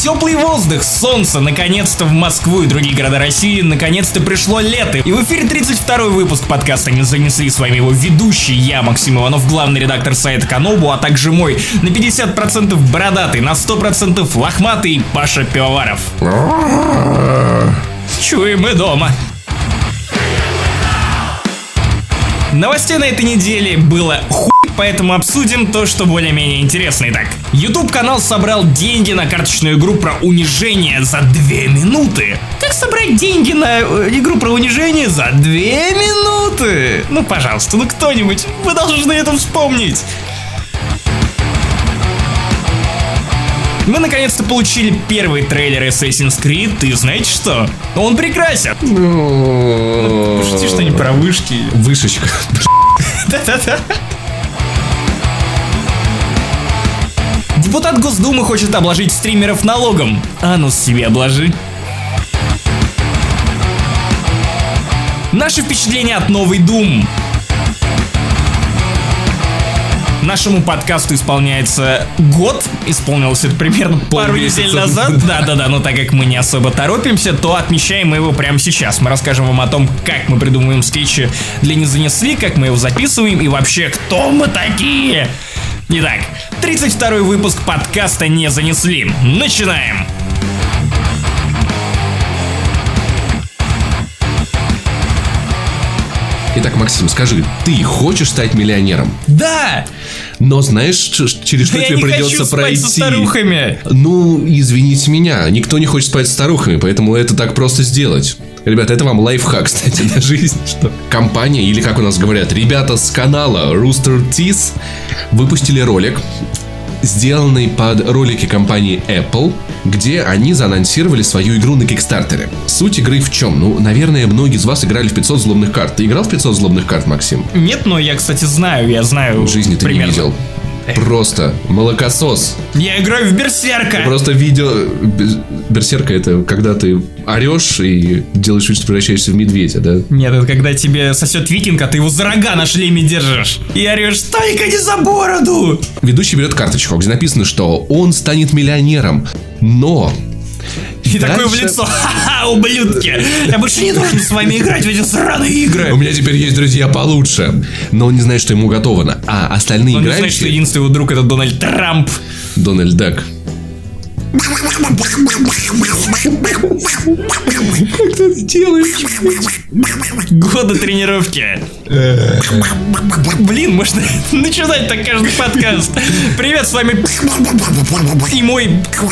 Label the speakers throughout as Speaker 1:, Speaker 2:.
Speaker 1: Теплый воздух, солнце, наконец-то в Москву и другие города России, наконец-то пришло лето. И в эфире 32-й выпуск подкаста «Не занесли». С вами его ведущий, я, Максим Иванов, главный редактор сайта Канобу, а также мой на 50% бородатый, на 100% лохматый Паша Пивоваров. Чуем мы дома. Новостей на этой неделе было поэтому обсудим то, что более-менее интересно. Итак, YouTube-канал собрал деньги на карточную игру про унижение за 2 минуты. Как собрать деньги на игру про унижение за 2 минуты? Ну, пожалуйста, ну кто-нибудь, вы должны это вспомнить. Мы наконец-то получили первый трейлер Assassin's Creed, и знаете что? Он прекрасен. Пишите что-нибудь про вышки.
Speaker 2: Вышечка.
Speaker 1: Да-да-да. Депутат Госдумы хочет обложить стримеров налогом. Анус себе обложи. Наши впечатления от новой Doom. Нашему подкасту исполняется год. Исполнилось это примерно пару недель назад. Да-да-да, но так как мы не особо торопимся, то отмечаем мы его прямо сейчас. Мы расскажем вам о том, как мы придумываем скетчи для «Не занесли», как мы его записываем и вообще, кто мы такие. Итак, 32-й выпуск подкаста «Не занесли». Начинаем!
Speaker 2: Итак, Максим, скажи, ты хочешь стать миллионером?
Speaker 1: Да!
Speaker 2: Но знаешь, через что тебе придется пройти?
Speaker 1: Со старухами.
Speaker 2: Ну, извините меня, никто не хочет спать со старухами, поэтому это так просто сделать. Ребята, это вам лайфхак, кстати, на жизнь. Что компания, или как у нас говорят, ребята с канала Rooster Teeth выпустили ролик, сделанный под ролики компании Apple, где они заанонсировали свою игру на Кикстартере. Суть игры в чем? Ну, наверное, многие из вас играли в 500 злобных карт. Ты играл в 500 злобных карт, Максим?
Speaker 1: Нет, но я, кстати, знаю. В жизни ты примерно не видел.
Speaker 2: Просто молокосос.
Speaker 1: Я играю в Берсерка.
Speaker 2: Просто видео... Берсерка — это когда ты орешь и делаешь вид, что превращаешься в медведя, да?
Speaker 1: Нет, это когда тебе сосет викинг, а ты его за рога на шлеме держишь. И орешь: только не за бороду!
Speaker 2: Ведущий берет карточку, где написано, что он станет миллионером, но...
Speaker 1: И дальше... такой в лицо: ха-ха, ублюдки! Я больше не должен с вами играть в эти сраные игры!
Speaker 2: У меня теперь есть друзья получше. Но он не знает, что ему готовано. А остальные играющие...
Speaker 1: Он не знает, что единственный его друг — это Дональд Трамп.
Speaker 2: Дональд Дак. Как ты это делаешь?
Speaker 1: Годы тренировки. Блин, можно начинать так каждый подкаст. Привет, с вами и мой...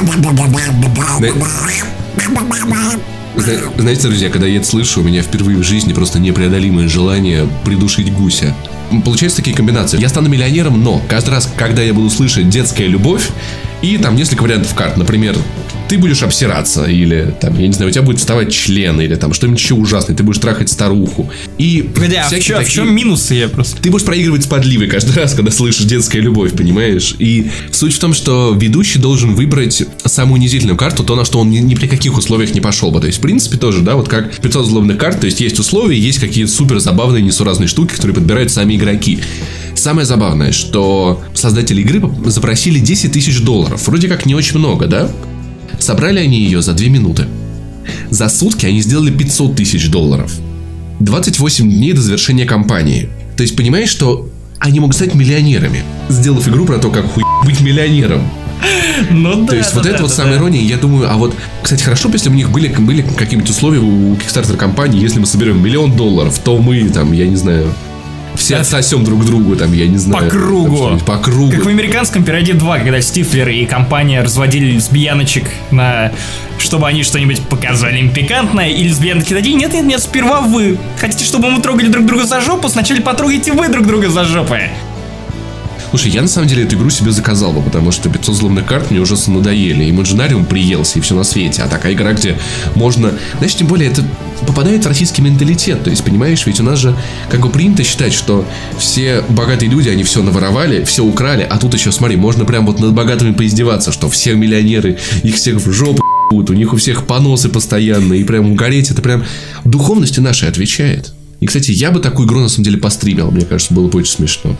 Speaker 2: Знаете, друзья, когда я это слышу, у меня впервые в жизни просто непреодолимое желание придушить гуся. Получаются такие комбинации. Я стану миллионером, но каждый раз, когда я буду слышать «детская любовь», и там несколько вариантов карт. Например, ты будешь обсираться, или там, я не знаю, у тебя будет вставать член, или там что-нибудь еще ужасное, ты будешь трахать старуху. И
Speaker 1: в чем минусы? Я просто...
Speaker 2: Ты будешь проигрывать с подливой каждый раз, когда слышишь «детская любовь», понимаешь? И суть в том, что ведущий должен выбрать самую унизительную карту, то, на что он ни при каких условиях не пошел бы. То есть, в принципе, тоже, да, вот как 500 злобных карт, то есть условия, есть какие-то супер забавные, несуразные штуки, которые подбирают сами игроки. Самое забавное, что создатели игры запросили $10 тысяч. Вроде как не очень много, да? Собрали они ее за 2 минуты. За сутки они сделали $500 тысяч. 28 дней до завершения кампании. То есть, понимаешь, что они могут стать миллионерами, сделав игру про то, как быть миллионером.
Speaker 1: Ну,
Speaker 2: то есть, вот это вот самая ирония. Я думаю, а вот, кстати, хорошо бы, если бы у них были какие-нибудь условия у Kickstarter компании. Если мы соберем $1 миллион, то мы, там, я не знаю... Все отсосем друг другу, там, я не знаю.
Speaker 1: По кругу.
Speaker 2: По кругу.
Speaker 1: Как в американском «Пирате 2», когда Стифлер и компания разводили лесбияночек, чтобы они что-нибудь показали им пикантное, и лесбияночки такие: нет, сперва вы. Хотите, чтобы мы трогали друг друга за жопу? Сначала потрогайте вы друг друга за жопы.
Speaker 2: Слушай, я на самом деле эту игру себе заказал бы, потому что 500 злобных карт мне уже надоели. Imaginarium приелся, и все на свете. А такая игра, где можно... Знаешь, тем более это попадает в российский менталитет. То есть, понимаешь, ведь у нас же как бы принято считать, что все богатые люди, они все наворовали, все украли. А тут еще, смотри, можно прям вот над богатыми поиздеваться, что все миллионеры, их всех в жопу ебут, у них у всех поносы постоянно. И прям угореть, это прям духовности нашей отвечает. И, кстати, я бы такую игру на самом деле постримил. Мне кажется, было бы очень смешно.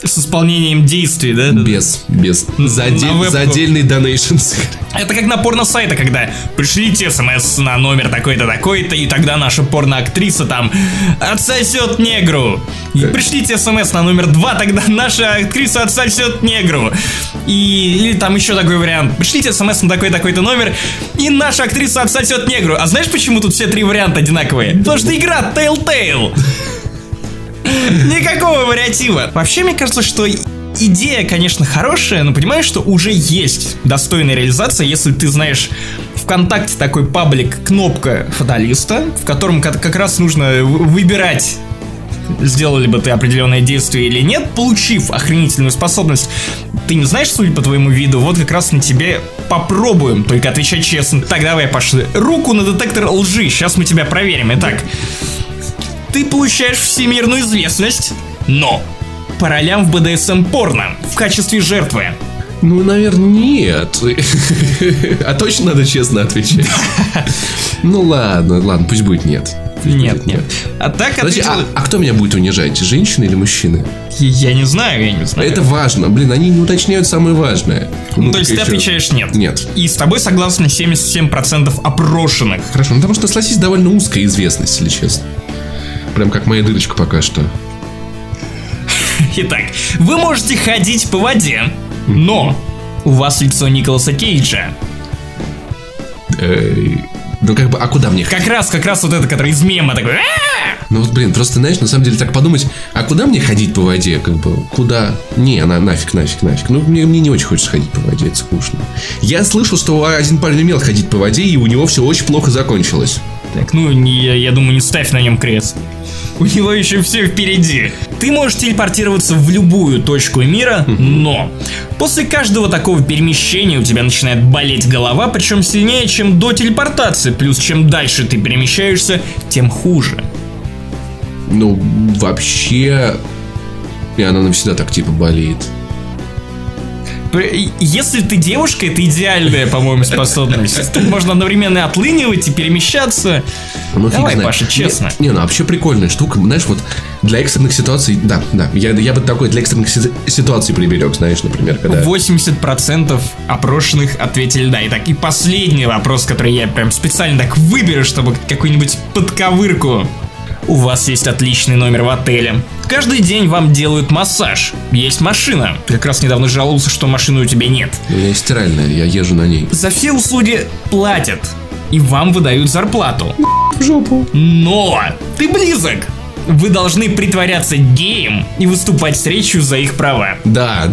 Speaker 1: С исполнением действий, да?
Speaker 2: Без. За отдельный донейшнс.
Speaker 1: Это как на порно-сайтах, когда пришлите смс на номер такой-то, такой-то, и тогда наша порно-актриса там отсосет негру. Пришлите смс на номер 2, тогда наша актриса отсосет негру. Или там еще такой вариант. Пришлите смс на такой-то номер, и наша актриса отсосет негру. А знаешь, почему тут все 3 варианта одинаковые? Потому что игра Telltale. Никакого вариатива. Вообще, мне кажется, что идея, конечно, хорошая, но понимаешь, что уже есть достойная реализация, если ты знаешь ВКонтакте такой паблик «Кнопка фаталиста», в котором как раз нужно выбирать, сделали бы ты определенное действие или нет, получив охренительную способность. Ты не знаешь, судя по твоему виду, вот как раз на тебе попробуем, только отвечать честно. Так, давай, пошли. Руку на детектор лжи, сейчас мы тебя проверим. Итак, ты получаешь всемирную известность, но по ролям в БДСМ-порно в качестве жертвы.
Speaker 2: Ну, наверное, нет. А точно надо честно отвечать? Ну ладно, пусть будет нет.
Speaker 1: Нет. А так
Speaker 2: ответил... А кто меня будет унижать? Женщины или мужчины?
Speaker 1: Я не знаю.
Speaker 2: Это важно. Блин, они не уточняют самое важное.
Speaker 1: Ну, то есть ты отвечаешь нет?
Speaker 2: Нет.
Speaker 1: И с тобой согласны 77% опрошенных.
Speaker 2: Хорошо, ну потому что согласись, довольно узкая известность, если честно. Прям как моя дырочка пока что.
Speaker 1: Итак, вы можете ходить по воде, но у вас лицо Николаса Кейджа.
Speaker 2: Ну как бы, а куда мне ходить?
Speaker 1: Как раз вот это, который из мема такой.
Speaker 2: Ну вот, блин, просто, знаешь, на самом деле так подумать, а куда мне ходить по воде, как бы, куда? Не, нафиг. Ну, мне не очень хочется ходить по воде, это скучно. Я слышал, что один парень умел ходить по воде, и у него все очень плохо закончилось.
Speaker 1: Так, ну, я думаю, не ставь на нем крест. У него еще все впереди. Ты можешь телепортироваться в любую точку мира, но после каждого такого перемещения у тебя начинает болеть голова, причем сильнее, чем до телепортации. Плюс, чем дальше ты перемещаешься, тем хуже.
Speaker 2: Ну, вообще... И она навсегда так типа болеет.
Speaker 1: Если ты девушка, это идеальная, по-моему, способность. Тут можно одновременно отлынивать и перемещаться.
Speaker 2: Ну,
Speaker 1: давай, Паша, честно.
Speaker 2: Не, ну вообще прикольная штука. Знаешь, вот для экстренных ситуаций, да, я бы такой для экстренных ситуаций приберег, знаешь, например, когда...
Speaker 1: 80% опрошенных ответили да. Итак, и последний вопрос, который я прям специально так выберу, чтобы какую-нибудь подковырку. У вас есть отличный номер в отеле. Каждый день вам делают массаж. Есть машина. Ты как раз недавно жаловался, что машины у тебя нет.
Speaker 2: У меня есть стиральная, я езжу на ней.
Speaker 1: За все услуги платят. И вам выдают зарплату.
Speaker 2: В жопу.
Speaker 1: Но ты близок. Вы должны притворяться геем и выступать с речью за их права.
Speaker 2: Да.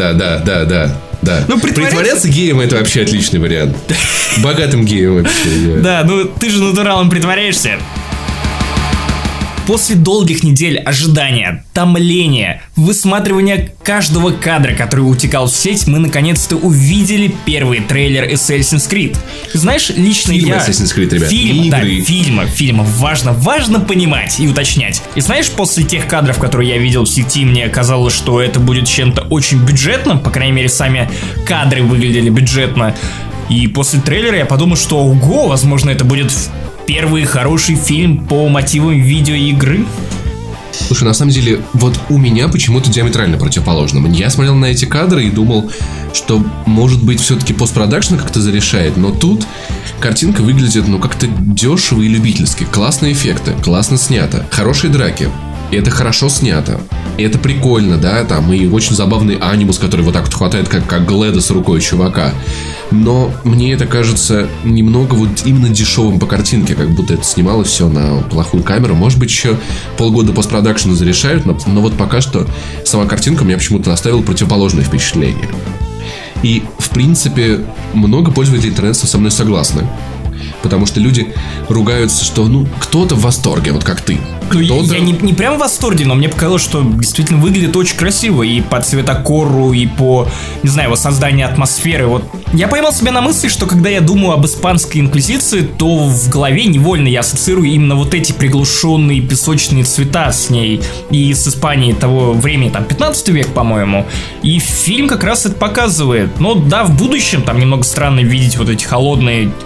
Speaker 2: Ну, притворяться геем — это вообще отличный вариант. Богатым геем вообще.
Speaker 1: Да, ну ты же натуралом притворяешься. После долгих недель ожидания, томления, высматривания каждого кадра, который утекал в сеть, мы наконец-то увидели первый трейлер Assassin's Creed. Знаешь, лично
Speaker 2: фильм Assassin's Creed, ребят,
Speaker 1: фильма. Важно понимать и уточнять. И знаешь, после тех кадров, которые я видел в сети, мне казалось, что это будет чем-то очень бюджетным, по крайней мере, сами кадры выглядели бюджетно. И после трейлера я подумал, что ого, возможно, это будет первый хороший фильм по мотивам видеоигры.
Speaker 2: Слушай, на самом деле, вот у меня почему-то диаметрально противоположно. Я смотрел на эти кадры и думал, что, может быть, все-таки постпродакшн как-то зарешает. Но тут картинка выглядит, ну, как-то дешево и любительски. Классные эффекты, классно снято, хорошие драки. И это хорошо снято. И это прикольно, да, там, и очень забавный анимус, который вот так вот хватает, как Гледа с рукой чувака. Но мне это кажется немного вот именно дешевым по картинке, как будто это снималось все на плохую камеру. Может быть, еще полгода постпродакшена зарешают, но вот пока что сама картинка меня почему-то оставила противоположное впечатление. И, в принципе, много пользователей интернета со мной согласны. Потому что люди ругаются, что, ну, кто-то в восторге, вот как ты.
Speaker 1: Я не прям в восторге, но мне показалось, что действительно выглядит очень красиво. И по цветокору, и по, не знаю, созданию атмосферы. Вот я поймал себя на мысли, что когда я думаю об испанской инквизиции, то в голове невольно я ассоциирую именно вот эти приглушенные песочные цвета с ней. И с Испанией того времени, там, 15 век, по-моему. И фильм как раз это показывает. Но да, в будущем там немного странно видеть вот эти холодные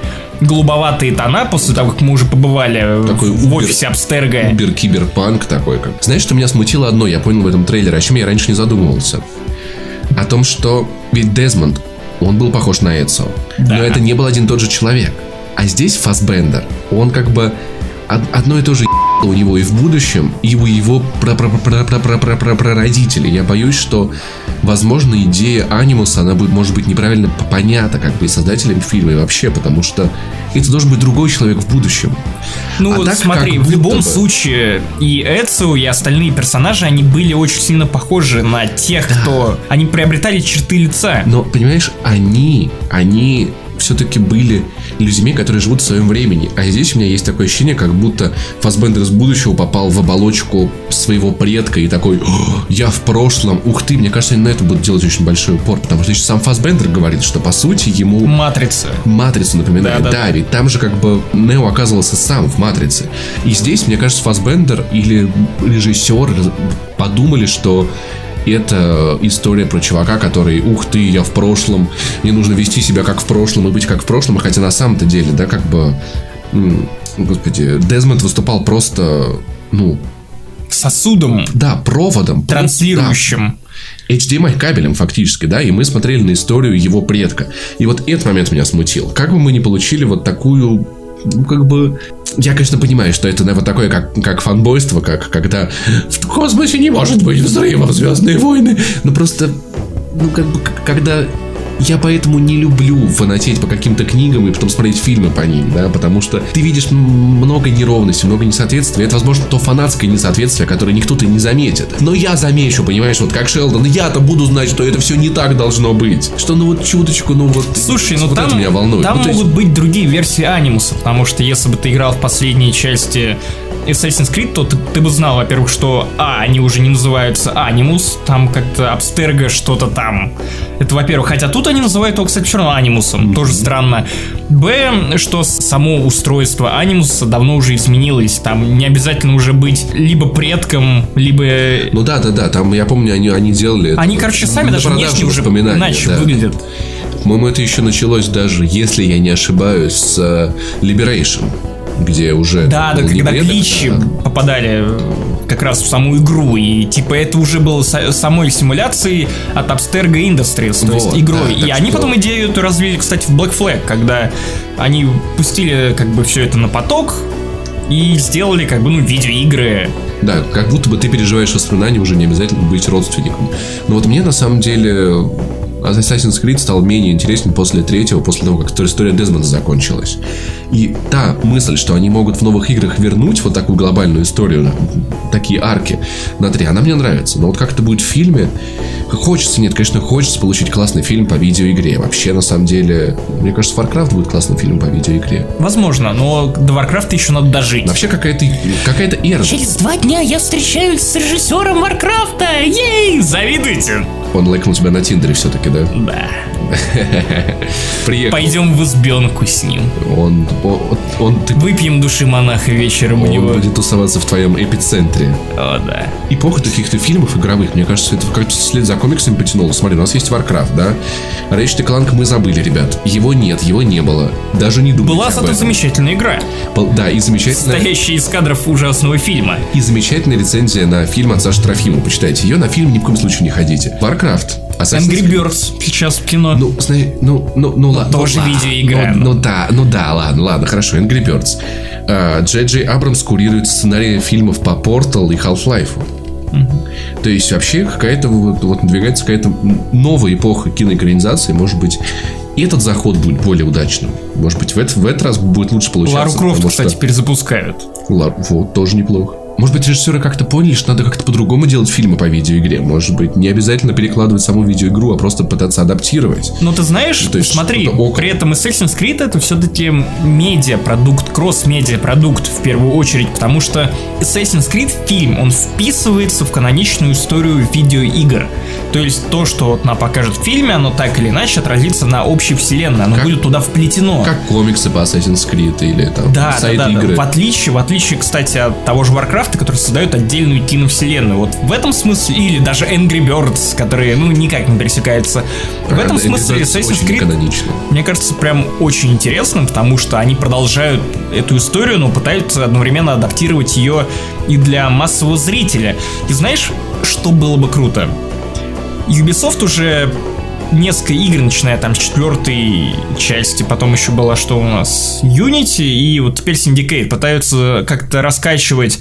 Speaker 1: голубоватые тона после того, как мы уже побывали
Speaker 2: такой
Speaker 1: в офисе Абстерго.
Speaker 2: Убер-киберпанк такой. Как. Знаешь, что меня смутило одно, я понял в этом трейлере, о чем я раньше не задумывался. О том, что ведь Дезмонд, он был похож на Эцио, но это не был один и тот же человек. А здесь Фассбендер, он как бы одно и то же у него и в будущем, и у его прародителей. Я боюсь, что, возможно, идея Анимуса, она будет, может быть, неправильно понята как бы и создателям фильма и вообще, потому что это должен быть другой человек в будущем.
Speaker 1: Ну, так, смотри, в любом случае и Эцио, и остальные персонажи, они были очень сильно похожи на тех, кто... Они приобретали черты лица.
Speaker 2: Но, понимаешь, они все-таки были людьми, которые живут в своем времени. А здесь у меня есть такое ощущение, как будто Фассбендер из будущего попал в оболочку своего предка и такой: я в прошлом, ух ты. Мне кажется, они на это будут делать очень большой упор, потому что сам Фассбендер говорит, что по сути ему... Матрицу напоминает. Да, ведь там же как бы Нео оказывался сам в Матрице. И здесь, мне кажется, Фассбендер или режиссер подумали, что это история про чувака, который, ух ты, я в прошлом, мне нужно вести себя как в прошлом и быть как в прошлом, хотя на самом-то деле, да, как бы, господи, Дезмонд выступал просто,
Speaker 1: сосудом.
Speaker 2: Да, проводом.
Speaker 1: Транслирующим.
Speaker 2: Да, HDMI кабелем фактически, да, и мы смотрели на историю его предка. И вот этот момент меня смутил. Как бы мы ни получили вот такую... как бы... Я, конечно, понимаю, что это вот такое, как фанбойство, как когда в космосе не может быть взрывов, Звездные войны. Но просто, как бы, когда... Я поэтому не люблю фанатеть по каким-то книгам и потом смотреть фильмы по ним, да, потому что ты видишь много неровностей, много несоответствий. Это, возможно, то фанатское несоответствие, которое никто-то не заметит. Но я замечу, понимаешь, вот как Шелдон, я-то буду знать, что это все не так должно быть. Что, вот чуточку,
Speaker 1: Слушай,
Speaker 2: вот
Speaker 1: там,
Speaker 2: это меня волнует.
Speaker 1: Там могут быть другие версии Анимуса, потому что если бы ты играл в последней части Assassin's Creed, то ты бы знал, во-первых, что они уже не называются Анимус, там как-то Абстерго что-то там. Это, во-первых, хотя тут они называют его, кстати, все равно Анимусом, тоже странно. Б, что само устройство Анимуса давно уже изменилось, там не обязательно уже быть либо предком, либо...
Speaker 2: Да, там, я помню, они делали...
Speaker 1: Они, короче, сами даже внешне уже иначе выглядят.
Speaker 2: По-моему, это еще началось даже, если я не ошибаюсь, с Liberation, где уже...
Speaker 1: Да, когда гличи попадали как раз в саму игру, и типа это уже было самой симуляцией от Abstergo Industries, то есть игрой. Да, и они потом идею эту развили, кстати, в Black Flag, когда они пустили как бы все это на поток и сделали как бы, видеоигры.
Speaker 2: Да, как будто бы ты переживаешь воспоминания, уже не обязательно быть родственником. Но вот мне на самом деле Assassin's Creed стал менее интересен после третьего, после того, как история Дезмонда закончилась. И та мысль, что они могут в новых играх вернуть вот такую глобальную историю, такие арки на 3, она мне нравится. Но вот как это будет в фильме, конечно, хочется получить классный фильм по видеоигре. Вообще, на самом деле, мне кажется, Warcraft будет классным фильмом по видеоигре.
Speaker 1: Возможно, но до Warcraft еще надо дожить.
Speaker 2: Вообще какая-то эра.
Speaker 1: Через 2 дня я встречаюсь с режиссером Warcraft'а. Ей, завидуйте.
Speaker 2: Он лайкнул тебя на Тиндере все-таки, да?
Speaker 1: Да.
Speaker 2: Приехал.
Speaker 1: Пойдем в избенку с ним. Выпьем души монаха вечером у него.
Speaker 2: Он будет тусоваться в твоем эпицентре.
Speaker 1: О, да.
Speaker 2: Эпоха таких-то фильмов игровых, мне кажется, это как-то вслед за комиксами потянуло. Смотри, у нас есть Warcraft, да? Ratchet & Clank мы забыли, ребят. Его нет, его не было. Даже не думайте.
Speaker 1: Была зато замечательная игра.
Speaker 2: Да, и замечательная...
Speaker 1: Состоящая из кадров ужасного фильма.
Speaker 2: И замечательная рецензия на фильм от Саши Трофимова. Почитайте ее, на фильм ни в коем случае не ходите. Warcraft.
Speaker 1: Angry Birds сейчас в кино.
Speaker 2: Ладно.
Speaker 1: Тоже видеоигра.
Speaker 2: Ладно, хорошо, Angry Birds. Джей Джей Абрамс курирует сценарии фильмов по Portal и Half-Life. То есть вообще какая-то вот надвигается какая-то новая эпоха киноэкранизации. Может быть, этот заход будет более удачным. Может быть, в этот раз будет лучше получаться.
Speaker 1: Лару Крофт, кстати, перезапускают.
Speaker 2: Вот, тоже неплохо. Может быть, режиссеры как-то поняли, что надо как-то по-другому делать фильмы по видеоигре. Может быть, не обязательно перекладывать саму видеоигру, а просто пытаться адаптировать.
Speaker 1: Но ты знаешь, смотри, при этом Assassin's Creed это все-таки медиапродукт, кросс-медиапродукт в первую очередь, потому что Assassin's Creed фильм, он вписывается в каноничную историю видеоигр. То есть то, что вот нам покажут в фильме, оно так или иначе отразится на общей вселенной, оно будет туда вплетено.
Speaker 2: Как комиксы по Assassin's Creed или там сайт-игры.
Speaker 1: В отличие, кстати, от того же Warcraft, Warcraft, которые создают отдельную киновселенную. Вот в этом смысле, или даже Angry Birds, которые, никак не пересекаются. В этом смысле Assassin's Creed, мне кажется, прям очень интересным, потому что они продолжают эту историю, но пытаются одновременно адаптировать ее и для массового зрителя. И знаешь, что было бы круто? Ubisoft уже несколько игр, начиная там с 4 части, потом еще была что у нас? Unity, и вот теперь Syndicate пытаются как-то раскачивать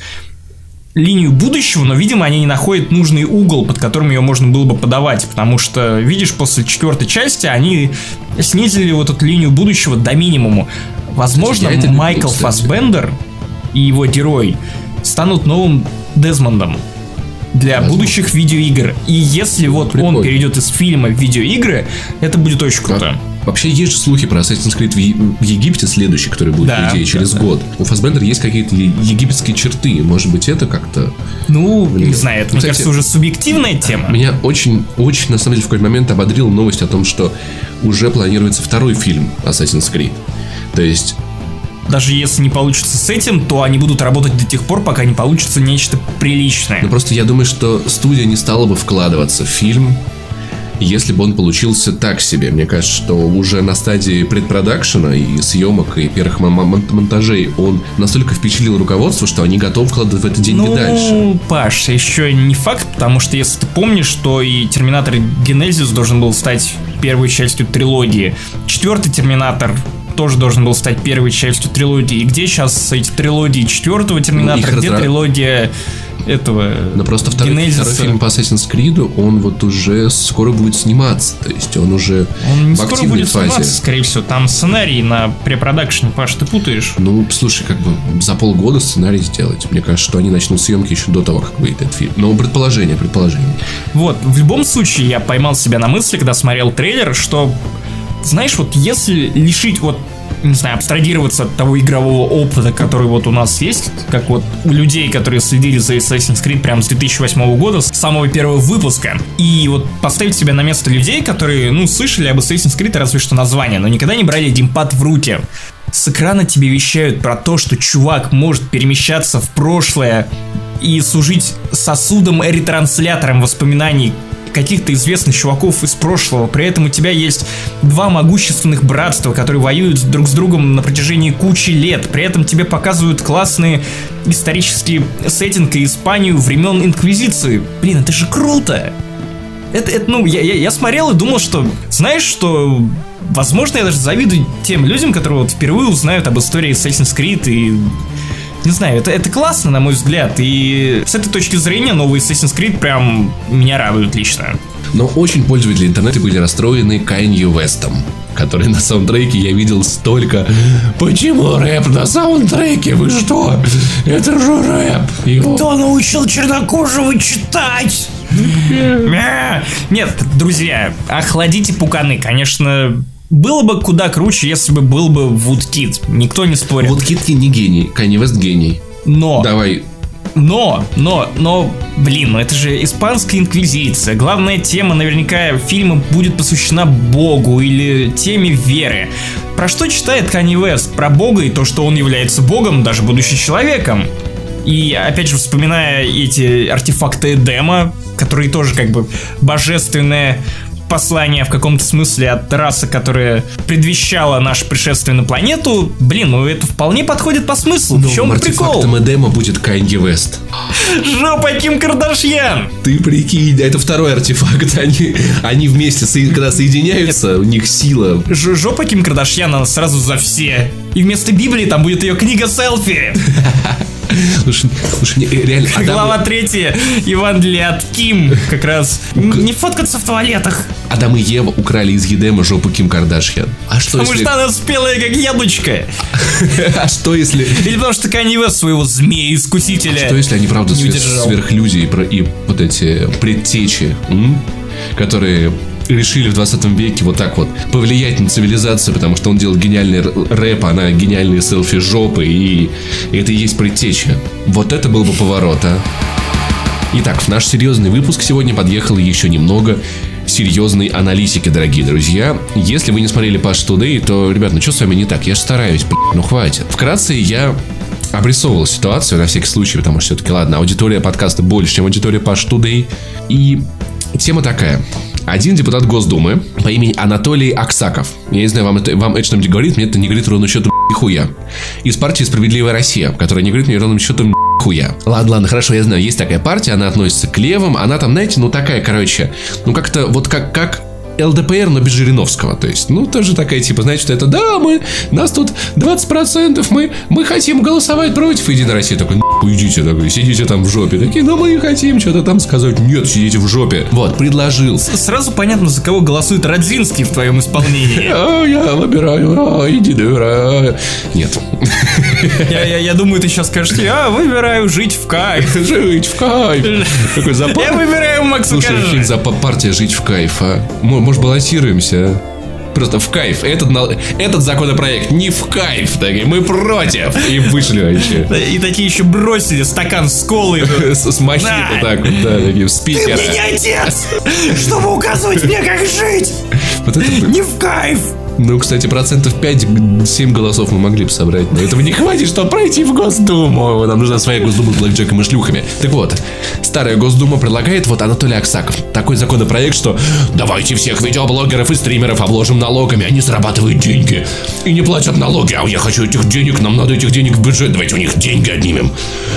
Speaker 1: линию будущего, но, видимо, они не находят нужный угол, под которым ее можно было бы подавать, потому что, видишь, после 4 части они снизили вот эту линию будущего до минимума. Возможно, Майкл Фассбендер и его герой станут новым Дезмондом для будущих видеоигр. И если вот он перейдет из фильма в видеоигры, это будет очень круто.
Speaker 2: Вообще есть же слухи про Assassin's Creed в Египте следующий, который будет, по идее, через год. У Фассбендера есть какие-то египетские черты. Может быть, это как-то...
Speaker 1: не знаю, это, мне кажется, уже субъективная тема.
Speaker 2: Меня очень, на самом деле, в какой-то момент ободрила новость о том, что уже планируется второй фильм Assassin's Creed. То есть...
Speaker 1: Даже если не получится с этим, то они будут работать до тех пор, пока не получится нечто приличное.
Speaker 2: Просто я думаю, что студия не стала бы вкладываться в фильм, если бы он получился так себе. Мне кажется, что уже на стадии предпродакшена и съемок, и первых монтажей он настолько впечатлил руководство, что они готовы вкладывать в это деньги дальше.
Speaker 1: Паш, еще не факт, потому что если ты помнишь, что и Терминатор Genesis должен был стать первой частью трилогии. 4-й Терминатор тоже должен был стать первой частью трилогии. И где сейчас эти трилогии 4-го Терминатора, где трилогия этого
Speaker 2: Но просто второй фильм по Assassin's Creed, он вот уже скоро будет сниматься. То есть он уже
Speaker 1: он не
Speaker 2: в активной
Speaker 1: скоро будет
Speaker 2: фазе.
Speaker 1: Сниматься, скорее всего. Там сценарий на препродакшене, Паш, ты путаешь.
Speaker 2: Слушай, за полгода сценарий сделать. Мне кажется, что они начнут съемки еще до того, как выйдет этот фильм. Но предположение.
Speaker 1: Вот, в любом случае, я поймал себя на мысли, когда смотрел трейлер, что, знаешь, вот если лишить не знаю, абстрагироваться от того игрового опыта, который вот у нас есть, как вот у людей, которые следили за Assassin's Creed прям с 2008 года, с самого первого выпуска, и вот поставить себя на место людей, которые, слышали об Assassin's Creed разве что название, но никогда не брали геймпад в руки. С экрана тебе вещают про то, что чувак может перемещаться в прошлое и служить сосудом-ретранслятором воспоминаний каких-то известных чуваков из прошлого. При этом у тебя есть 2 могущественных братства, которые воюют друг с другом на протяжении кучи лет. При этом тебе показывают классные исторические сеттинги и Испанию времен Инквизиции. Блин, это же круто! Я смотрел и думал, что, знаешь, что, возможно, я даже завидую тем людям, которые вот впервые узнают об истории Assassin's Creed и... Не знаю, это классно, на мой взгляд. И с этой точки зрения новый Assassin's Creed прям меня радует лично.
Speaker 2: Но очень пользователи интернета были расстроены Канье Уэстом, который на саундтреке я видел столько. Почему рэп на саундтреке? Вы что? Это же рэп.
Speaker 1: Кто научил чернокожего читать? Нет, друзья, охладите пуканы. Конечно, было бы куда круче, если бы был бы Woodkid. Никто не спорит.
Speaker 2: Woodkid не гений, Канье Уэст гений.
Speaker 1: Но...
Speaker 2: Давай.
Speaker 1: Но, блин, это же испанская инквизиция. Главная тема наверняка фильма будет посвящена Богу или теме веры. Про что читает Канье Уэст? Про Бога и то, что он является Богом, даже будучи человеком. И, опять же, вспоминая эти артефакты Эдема, которые тоже как бы божественное послание в каком-то смысле от расы, которая предвещала наше пришествие на планету. Блин, это вполне подходит по смыслу. В чем прикол?
Speaker 2: Артефактом Эдема будет Канье Уэст.
Speaker 1: Жопа Ким Кардашьян!
Speaker 2: Ты прикинь, это второй артефакт. Они вместе, когда соединяются, у них сила.
Speaker 1: Жопа Ким Кардашьян, она сразу за все. И вместо Библии там будет ее книга селфи.
Speaker 2: Слушай, реально...
Speaker 1: Глава 3. Евангелие от Ким. Как раз. Не фоткаться в туалетах.
Speaker 2: Адам и Ева украли из Едема жопу Ким Кардашьян. А что
Speaker 1: потому что она спелая, как яблочко.
Speaker 2: А что если...
Speaker 1: Или потому что Канье Уэст своего змея-искусителя.
Speaker 2: А что если они, правда, сверхлюди и вот эти предтечи, которые... решили в 20 веке вот так вот повлиять на цивилизацию, потому что он делал гениальный рэп, она гениальные селфи-жопы, и это и есть предтеча. Вот это был бы поворот, а. Итак, в наш серьезный выпуск сегодня подъехало еще немного серьезной аналитики, дорогие друзья. Если вы не смотрели Patch Today, то, ребят, что с вами не так? Я же стараюсь, хватит. Вкратце, я обрисовывал ситуацию на всякий случай, потому что все-таки, ладно, аудитория подкаста больше, чем аудитория Паш Today. И тема такая. Один депутат Госдумы по имени Анатолий Аксаков. Я не знаю, вам это что-нибудь говорит, мне это не говорит ровным счетом нихуя. Из партии «Справедливая Россия», которая не говорит мне ровным счетом нихуя. Ладно, хорошо, я знаю, есть такая партия, она относится к левым, она там, знаете, ну такая, короче, ну как-то вот как ЛДПР, но без Жириновского. То есть, ну, тоже такая, типа, знаете, что это, да, нас тут 20%, мы хотим голосовать против. Единая Россия такой, идите, такой, сидите там в жопе. Такие, ну, мы хотим что-то там сказать. Нет, сидите в жопе. Вот, предложил.
Speaker 1: Сразу понятно, за кого голосует Родзинский в твоем исполнении.
Speaker 2: Я выбираю, иди, нет.
Speaker 1: Я думаю, ты сейчас скажешь, я выбираю жить в кайф.
Speaker 2: Жить в кайф.
Speaker 1: Я выбираю Макса Коржа.
Speaker 2: Слушай, фильм за партия «Жить в кайф», а? Может, балансируемся? Просто в кайф. Этот законопроект не в кайф. Такие, мы против. И вышли вообще.
Speaker 1: И такие еще бросили стакан с колой.
Speaker 2: С мохито так вот, да, такие, в спикера.
Speaker 1: Ты мне не отец, чтобы указывать мне, как жить.
Speaker 2: Вот это...
Speaker 1: Не в кайф.
Speaker 2: Ну, кстати, 5-7% голосов мы могли бы собрать. Но этого не хватит, чтобы пройти в Госдуму. Нам нужна своя Госдума с блэкджеком и шлюхами. Так вот, старая Госдума предлагает вот Анатолий Аксаков. Такой законопроект, что давайте всех видеоблогеров и стримеров обложим налогами. Они зарабатывают деньги и не платят налоги. А я хочу этих денег, нам надо этих денег в бюджет. Давайте у них деньги отнимем.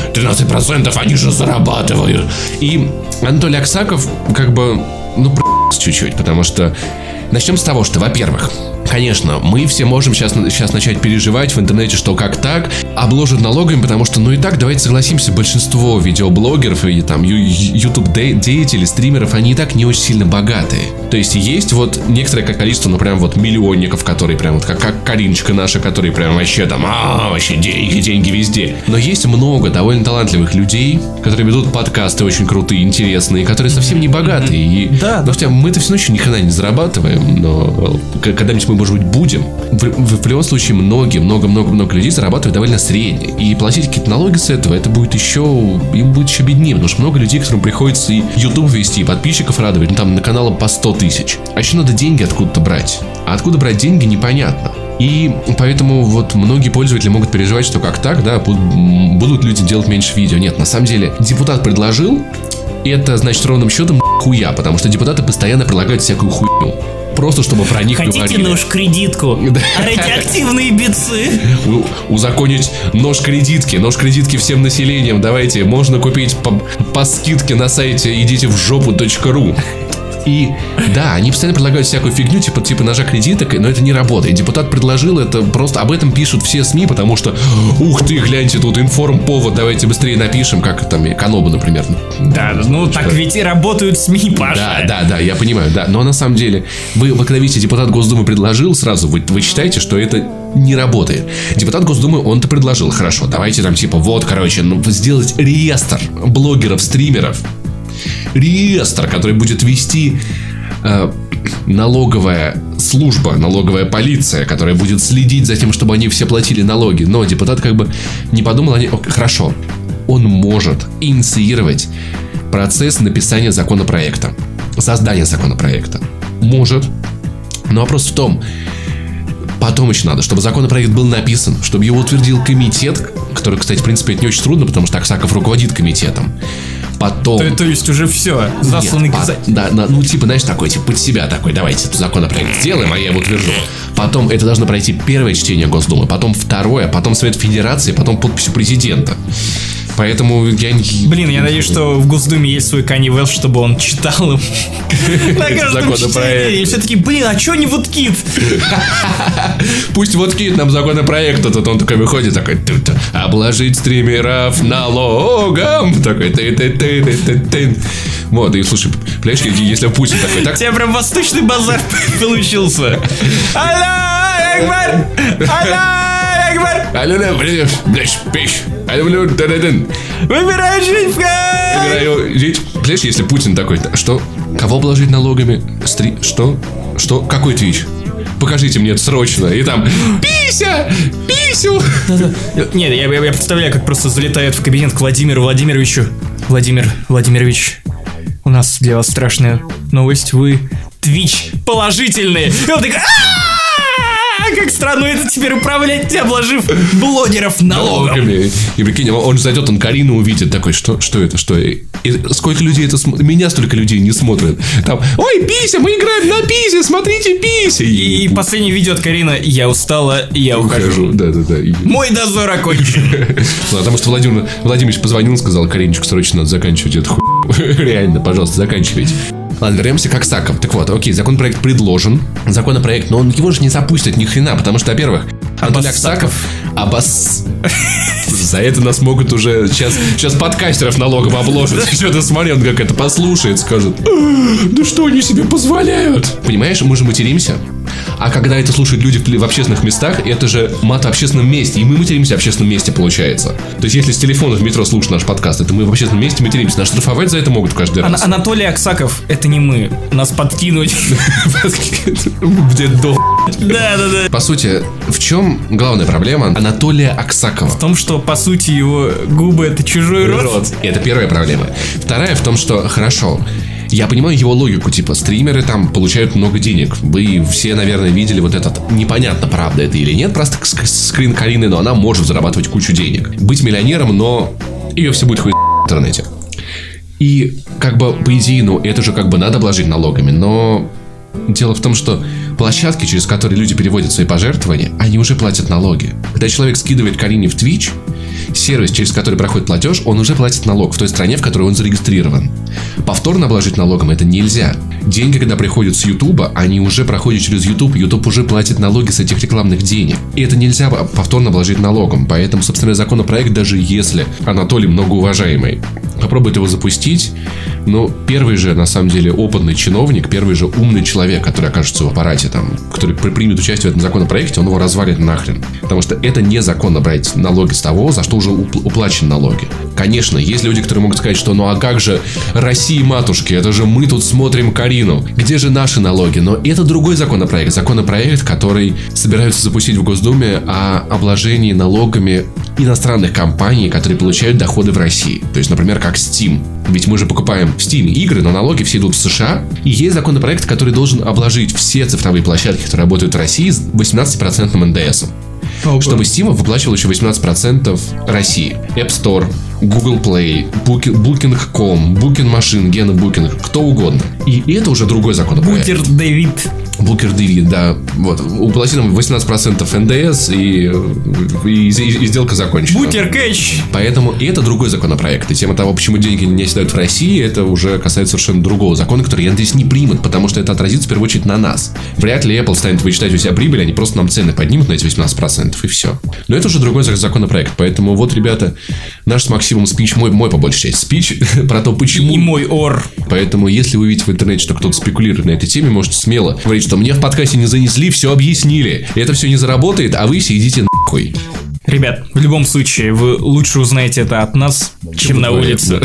Speaker 2: 13% они же зарабатывают. И Анатолий Аксаков как бы, ну, чуть-чуть, потому что... Начнем с того, что, во-первых, конечно, мы все можем сейчас начать переживать в интернете, что как так, обложат налогами, потому что, ну и так, давайте согласимся, большинство видеоблогеров и там YouTube-деятелей, стримеров, они и так не очень сильно богатые. То есть есть вот некоторое количество, ну прям вот миллионников, которые прям вот как Кариночка наша, которые прям вообще там, вообще деньги везде. Но есть много довольно талантливых людей, которые ведут подкасты очень крутые, интересные, которые совсем не богатые. И,
Speaker 1: да.
Speaker 2: Ну, хотя мы-то всю ночь ни хрена не зарабатываем, но когда-нибудь мы, может быть, будем. В любом случае, много людей зарабатывают довольно средне. И платить какие-то налоги с этого, это будет еще, им будет еще беднее, потому что много людей, которым приходится и YouTube вести, и подписчиков радовать, ну там на каналах по 100 тысяч. А еще надо деньги откуда-то брать. А откуда брать деньги, непонятно. И поэтому вот многие пользователи могут переживать, что как так, да, будут люди делать меньше видео. Нет, на самом деле, депутат предложил, и это значит ровным счетом хуя, потому что депутаты постоянно предлагают всякую хуйню. Просто чтобы про них говорили.
Speaker 1: Хотите нож-кредитку? Радиоактивные битцы.
Speaker 2: Узаконить нож-кредитки всем населением. Давайте, можно купить по скидке на сайте идите в жопу.ру. И да, они постоянно предлагают всякую фигню, типа ножа кредиток, но это не работает. Депутат предложил это, просто об этом пишут все СМИ, потому что, ух ты, гляньте, тут информповод, давайте быстрее напишем, как там Эконоба, например.
Speaker 1: Да, ну так ведь и работают СМИ, Паша.
Speaker 2: Да, я понимаю, да. Но на самом деле, вы когда видите, депутат Госдумы предложил, сразу вы считаете, что это не работает. Депутат Госдумы, он-то предложил, хорошо, давайте там типа, вот, короче, сделать реестр блогеров, стримеров. Реестр, который будет вести налоговая служба, налоговая полиция, которая будет следить за тем, чтобы они все платили налоги. Но депутат как бы не подумал, хорошо, он может инициировать процесс написания законопроекта, создания законопроекта. Может. Но вопрос в том, потом еще надо, чтобы законопроект был написан, чтобы его утвердил комитет, который, кстати, в принципе, это не очень трудно, потому что Аксаков руководит комитетом. Потом...
Speaker 1: То есть уже все, засланный казать.
Speaker 2: Да, ну типа, знаешь, такой, типа, под себя такой, давайте законопроект сделаем, а я его утвержу. Потом это должно пройти первое чтение Госдумы, потом второе, потом Совет Федерации, потом подпись президента. Поэтому я не...
Speaker 1: Блин, я надеюсь, что в Госдуме есть свой Kanye West, чтобы он читал им на каждом чтении. И все таки, блин, а чё не Воткит?
Speaker 2: Пусть Воткит нам законопроект, а тут он такой выходит, такой, обложить стримеров налогом. Такой, ты. Вот, и слушай, понимаешь, если Путин такой, так...
Speaker 1: У тебя прям восточный базар получился. Аллах Акбар! Аллах Акбар!
Speaker 2: Аллах, блядь, пищ.
Speaker 1: Выбираю жить в кайф!
Speaker 2: Выбираю жить. Понимаешь, если Путин такой, что? Кого обложить налогами? Что? Какой твич? Покажите мне это срочно. И там писю.
Speaker 1: Нет, я представляю, как просто залетает в кабинет к Владимиру Владимировичу. Владимир Владимирович, у нас для вас страшная новость. Вы твич положительный. И он такой... Как странно это теперь управлять, обложив блогеров налогами.
Speaker 2: И прикинь, он же зайдет, он Карину увидит, такой, что это, что? И сколько людей это смотрит? Меня столько людей не смотрят. Там, ой, пися, мы играем на писе, смотрите, пися.
Speaker 1: И последнее видео от Карины: я устала, я ухожу.
Speaker 2: Да.
Speaker 1: Мой дозор окончен.
Speaker 2: Потому что Владимир Владимирович позвонил, сказал: Кариночка, срочно надо заканчивать эту хуйню. Реально, пожалуйста, заканчивайте. Ладно, вернемся к Аксаков. Так вот, окей, законопроект предложен. Законопроект, но его же не запустят ни хрена, потому что, во-первых, Анатолий Аксаков... За это нас могут уже... Сейчас подкастеров налогово обложат. Что-то смотрел, как это послушает, скажет: да что они себе позволяют? Понимаешь, мы же материмся. А когда это слушают люди в общественных местах, это же мат в общественном месте. И мы материмся в общественном месте, получается. То есть, если с телефона в метро слушают наш подкаст, это мы в общественном месте материмся. Нас штрафовать за это могут каждый раз.
Speaker 1: Анатолий Аксаков, это не мы. Нас подкинуть.
Speaker 2: Где до...
Speaker 1: Да.
Speaker 2: По сути, в чем главная проблема Анатолия Аксакова?
Speaker 1: В том, что, по сути, его губы — это чужой рот.
Speaker 2: Это первая проблема. Вторая в том, что, хорошо, я понимаю его логику, типа, стримеры там получают много денег. Вы все, наверное, видели вот этот, непонятно, правда это или нет, просто скрин Карины, но она может зарабатывать кучу денег. Быть миллионером, но ее все будет хуй в интернете. И, как бы, по идее, это же как бы надо обложить налогами, но дело в том, что площадки, через которые люди переводят свои пожертвования, они уже платят налоги. Когда человек скидывает Карине в Twitch, сервис, через который проходит платеж, он уже платит налог в той стране, в которой он зарегистрирован. Повторно обложить налогом это нельзя. Деньги, когда приходят с Ютуба, они уже проходят через Ютуб. Ютуб уже платит налоги с этих рекламных денег. И это нельзя повторно обложить налогом. Поэтому, собственно, законопроект, даже если Анатолий многоуважаемый попробует его запустить, но первый же, на самом деле, опытный чиновник, первый же умный человек, который окажется в аппарате, там, который примет участие в этом законопроекте, он его развалит нахрен. Потому что это незаконно брать налоги с того, за что уже уплачены налоги. Конечно, есть люди, которые могут сказать, что ну а как же России, матушки, это же мы тут смотрим Карину. Где же наши налоги? Но это другой законопроект. Законопроект, который собираются запустить в Госдуме о обложении налогами иностранных компаний, которые получают доходы в России. То есть, например, как Steam. Ведь мы же покупаем в Steam игры, но налоги все идут в США. И есть законопроект, который должен обложить все цифровые площадки, которые работают в России, с 18% НДСом. Чтобы Steam выплачивал еще 18% России. App Store, Google Play, Booking.com, Booking Machine, Gena Booking, кто угодно. И это уже другой законопроект. Букер Дэвид, да. Вот. Уплати нам 18% НДС и сделка закончена.
Speaker 1: Букер Кэч.
Speaker 2: Поэтому и это другой законопроект. И тема того, почему деньги не оседают в России, это уже касается совершенно другого закона, который, я надеюсь, не примут, потому что это отразится в первую очередь на нас. Вряд ли Apple станет вычитать у себя прибыль, они просто нам цены поднимут на эти 18% и все. Но это уже другой законопроект. Поэтому вот, ребята, наш с Максимом спич, мой по большей части спич про то, почему...
Speaker 1: И мой ор.
Speaker 2: Поэтому, если вы видите в интернете, что кто-то спекулирует на этой теме, можете смело говорить, что мне в подкасте не занесли, все объяснили. И это все не заработает, а вы все идите нахуй.
Speaker 1: Ребят, в любом случае, вы лучше узнаете это от нас, чем на улице.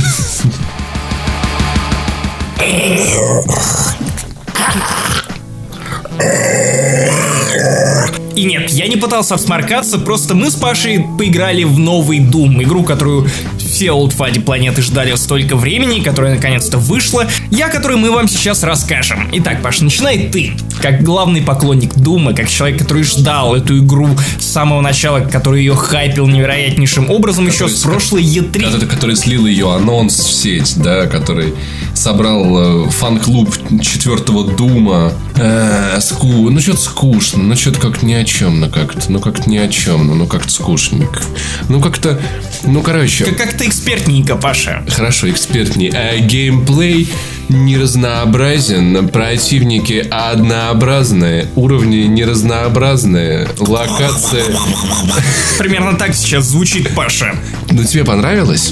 Speaker 1: И нет, я не пытался обсморкаться, просто мы с Пашей поиграли в новый Doom, игру, которую все олдфади планеты ждали столько времени, которая наконец-то вышла, и о которой мы вам сейчас расскажем. Итак, Паш, начинай ты, как главный поклонник Дума, как человек, который ждал эту игру с самого начала, который ее хайпил невероятнейшим образом еще с прошлой E3.
Speaker 2: Который слил ее анонс в сеть, да, который собрал фан-клуб 4-го Дума. Ну, что-то скучно, ну, что-то как ни о чем, ну, как-то ни о чем, ну, как-то скучненько. Ну, как-то, ну, короче.
Speaker 1: Как-то экспертненько, Паша.
Speaker 2: Хорошо, экспертней. Геймплей не разнообразен, противники однообразные, уровни не разнообразные, локация...
Speaker 1: Примерно так сейчас звучит, Паша.
Speaker 2: Ну, тебе понравилось?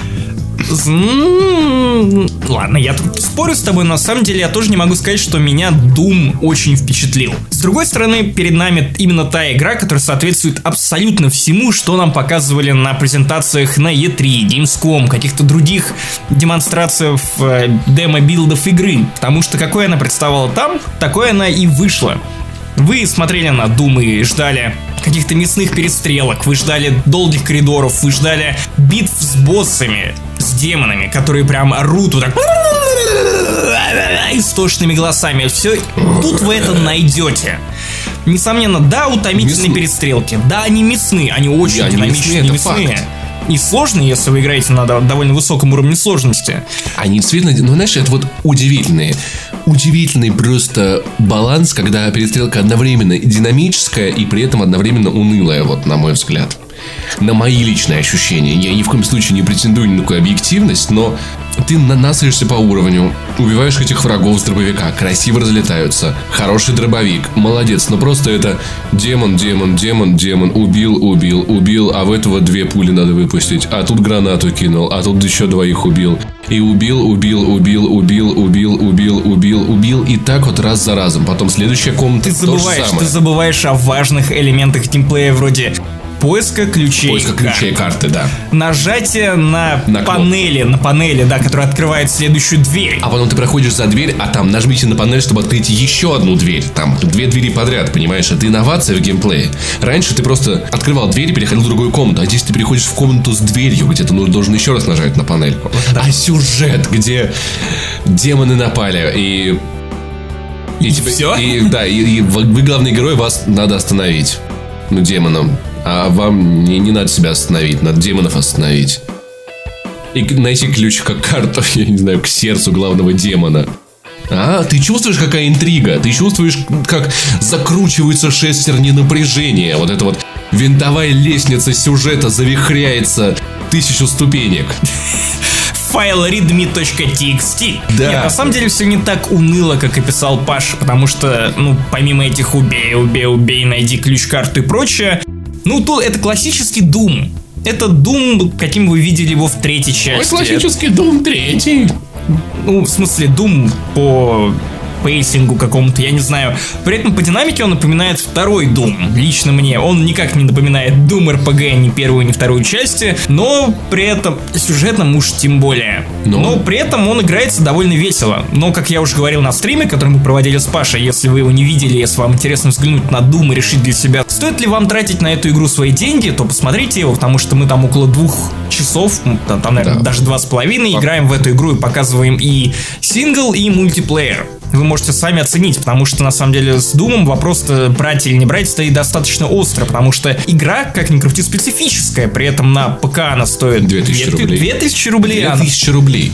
Speaker 1: Ладно, я тут спорю с тобой, но на самом деле я тоже не могу сказать, что меня Doom очень впечатлил. С другой стороны, перед нами именно та игра, которая соответствует абсолютно всему, что нам показывали на презентациях на E3, Gamescom, каких-то других демонстрациях демо-билдов игры. Потому что какой она представляла там, такой она и вышла. Вы смотрели на Doom и ждали каких-то мясных перестрелок, вы ждали долгих коридоров, вы ждали битв с боссами, с демонами, которые прям орут вот так истошными голосами. Все тут вы это найдете. Несомненно, да, утомительные перестрелки. Да, они мясные, они очень динамичные и мясные. И сложные, если вы играете на довольно высоком уровне сложности.
Speaker 2: Они действительно, ну, знаешь, это вот удивительный просто баланс, когда перестрелка одновременно динамическая и при этом одновременно унылая, вот, на мой взгляд. На мои личные ощущения. Я ни в коем случае не претендую ни на какую объективность, но ты насыщаешься по уровню, убиваешь этих врагов с дробовика, красиво разлетаются, хороший дробовик, молодец, но просто это демон, убил, а в этого 2 пули надо выпустить, а тут гранату кинул, а тут еще 2 убил, и убил, и так вот раз за разом. Потом следующая комната,
Speaker 1: ты забываешь о важных элементах геймплея вроде поиска ключей
Speaker 2: карты, да.
Speaker 1: Нажатие на панели, да, которая открывает следующую дверь.
Speaker 2: А потом ты проходишь за дверь, а там нажмите на панель, чтобы открыть еще одну дверь. Там 2 двери подряд, понимаешь? Это инновация в геймплее. Раньше ты просто открывал дверь и переходил в другую комнату, а здесь ты переходишь в комнату с дверью, где ты должен еще раз нажать на панельку. Да. А сюжет, где демоны напали, и
Speaker 1: все?
Speaker 2: И вы главный герой, вас надо остановить. Ну, демоном. А вам не надо себя остановить, надо демонов остановить. И найти ключ как карту, я не знаю, к сердцу главного демона. А, ты чувствуешь, какая интрига? Ты чувствуешь, как закручиваются шестерни напряжения. Вот эта вот винтовая лестница сюжета завихряется 1000 ступенек.
Speaker 1: Файл readme.txt.
Speaker 2: Да.
Speaker 1: Нет, на самом деле все не так уныло, как описал Паша, потому что, ну, помимо этих убей, найди ключ-карту и прочее, ну, тут это классический Doom. Это Doom, каким вы видели его в 3-й части.
Speaker 2: Ой, классический Doom 3.
Speaker 1: Ну, в смысле, Doom по пейсингу какому-то, я не знаю. При этом по динамике он напоминает 2-й Doom. Лично мне он никак не напоминает Doom RPG ни 1-ю, ни 2-ю части, но при этом сюжетно уж тем более. Но при этом он играется довольно весело. Но, как я уже говорил на стриме, который мы проводили с Пашей, если вы его не видели, если вам интересно взглянуть на Doom и решить для себя, стоит ли вам тратить на эту игру свои деньги, то посмотрите его, потому что мы там около 2 часов, там наверное, даже 2,5 играем в эту игру и показываем и сингл, и мультиплеер. Вы можете сами оценить, потому что, на самом деле, с Думом вопрос-то брать или не брать стоит достаточно остро, потому что игра, как ни крути, специфическая, при этом на ПК она стоит
Speaker 2: 2000 рублей.
Speaker 1: 2000 рублей.
Speaker 2: 2000 рублей.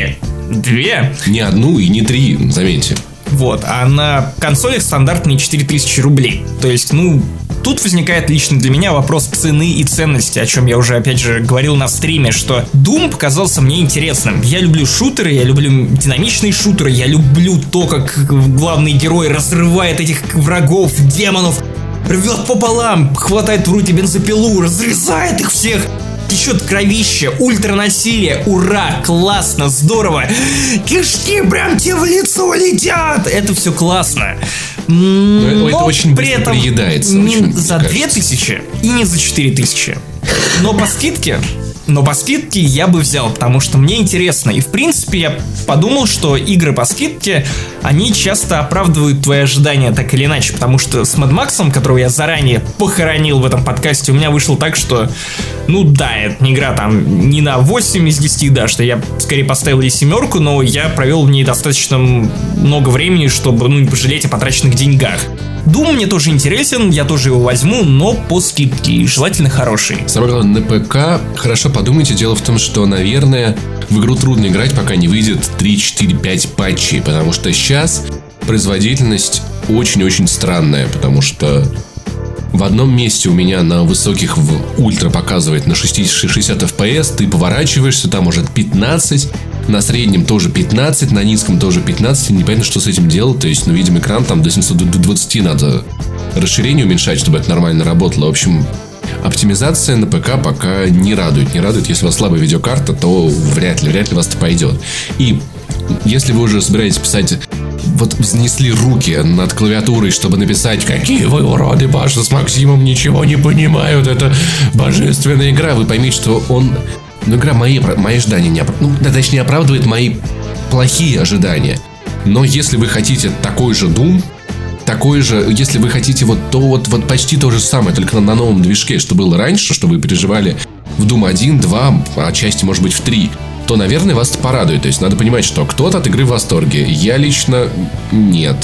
Speaker 1: Две.
Speaker 2: Не одну и не 3, заметьте.
Speaker 1: Вот, а на консолях стандартные 4000 рублей. То есть, ну, тут возникает лично для меня вопрос цены и ценности, о чем я уже, опять же, говорил на стриме, что Doom показался мне интересным. Я люблю шутеры, я люблю динамичные шутеры, я люблю то, как главный герой разрывает этих врагов, демонов, рвет пополам, хватает в руки бензопилу, разрезает их всех. Течет кровище, ультранасилие, ура, классно, здорово, кишки прям тебе в лицо летят, это все классно.
Speaker 2: Но это очень при этом приедается.
Speaker 1: Не за 2000 и не за 4000. Но по скидке я бы взял, потому что мне интересно. И в принципе я подумал, что игры по скидке, они часто оправдывают твои ожидания так или иначе. Потому что с Mad Max'ом, которого я заранее похоронил в этом подкасте, у меня вышло так, что, ну да, это не игра там не на 8 из 10, да, что я скорее поставил ей 7, но я провел в ней достаточно много времени, чтобы, ну, не пожалеть о потраченных деньгах. Doom мне тоже интересен, я тоже его возьму, но по скидке, и желательно хороший.
Speaker 2: Самое главное, на ПК хорошо подумайте. Дело в том, что, наверное, в игру трудно играть, пока не выйдет 3, 4, 5 патчей, потому что сейчас производительность очень-очень странная, потому что в одном месте у меня на высоких в ультра показывает на 60 FPS, ты поворачиваешься, там может 15, на среднем тоже 15, на низком тоже 15, непонятно, что с этим делать, то есть, ну, видим, экран там до 720 надо расширение уменьшать, чтобы это нормально работало. В общем, оптимизация на ПК пока не радует. Если у вас слабая видеокарта, то вряд ли вас это пойдет. И если вы уже собираетесь писать, вот взнесли руки над клавиатурой, чтобы написать: какие вы уроды, Паша с Максимом ничего не понимают, это божественная игра, вы поймите, что игра мои ожидания не оправдывает мои плохие ожидания. Но если вы хотите такой же Doom, если вы хотите то почти то же самое, только на новом движке, что было раньше, что вы переживали в Doom 1, 2, а отчасти, может быть, в 3, то, наверное, вас это порадует. То есть надо понимать, что кто-то от игры в восторге. Я лично нет.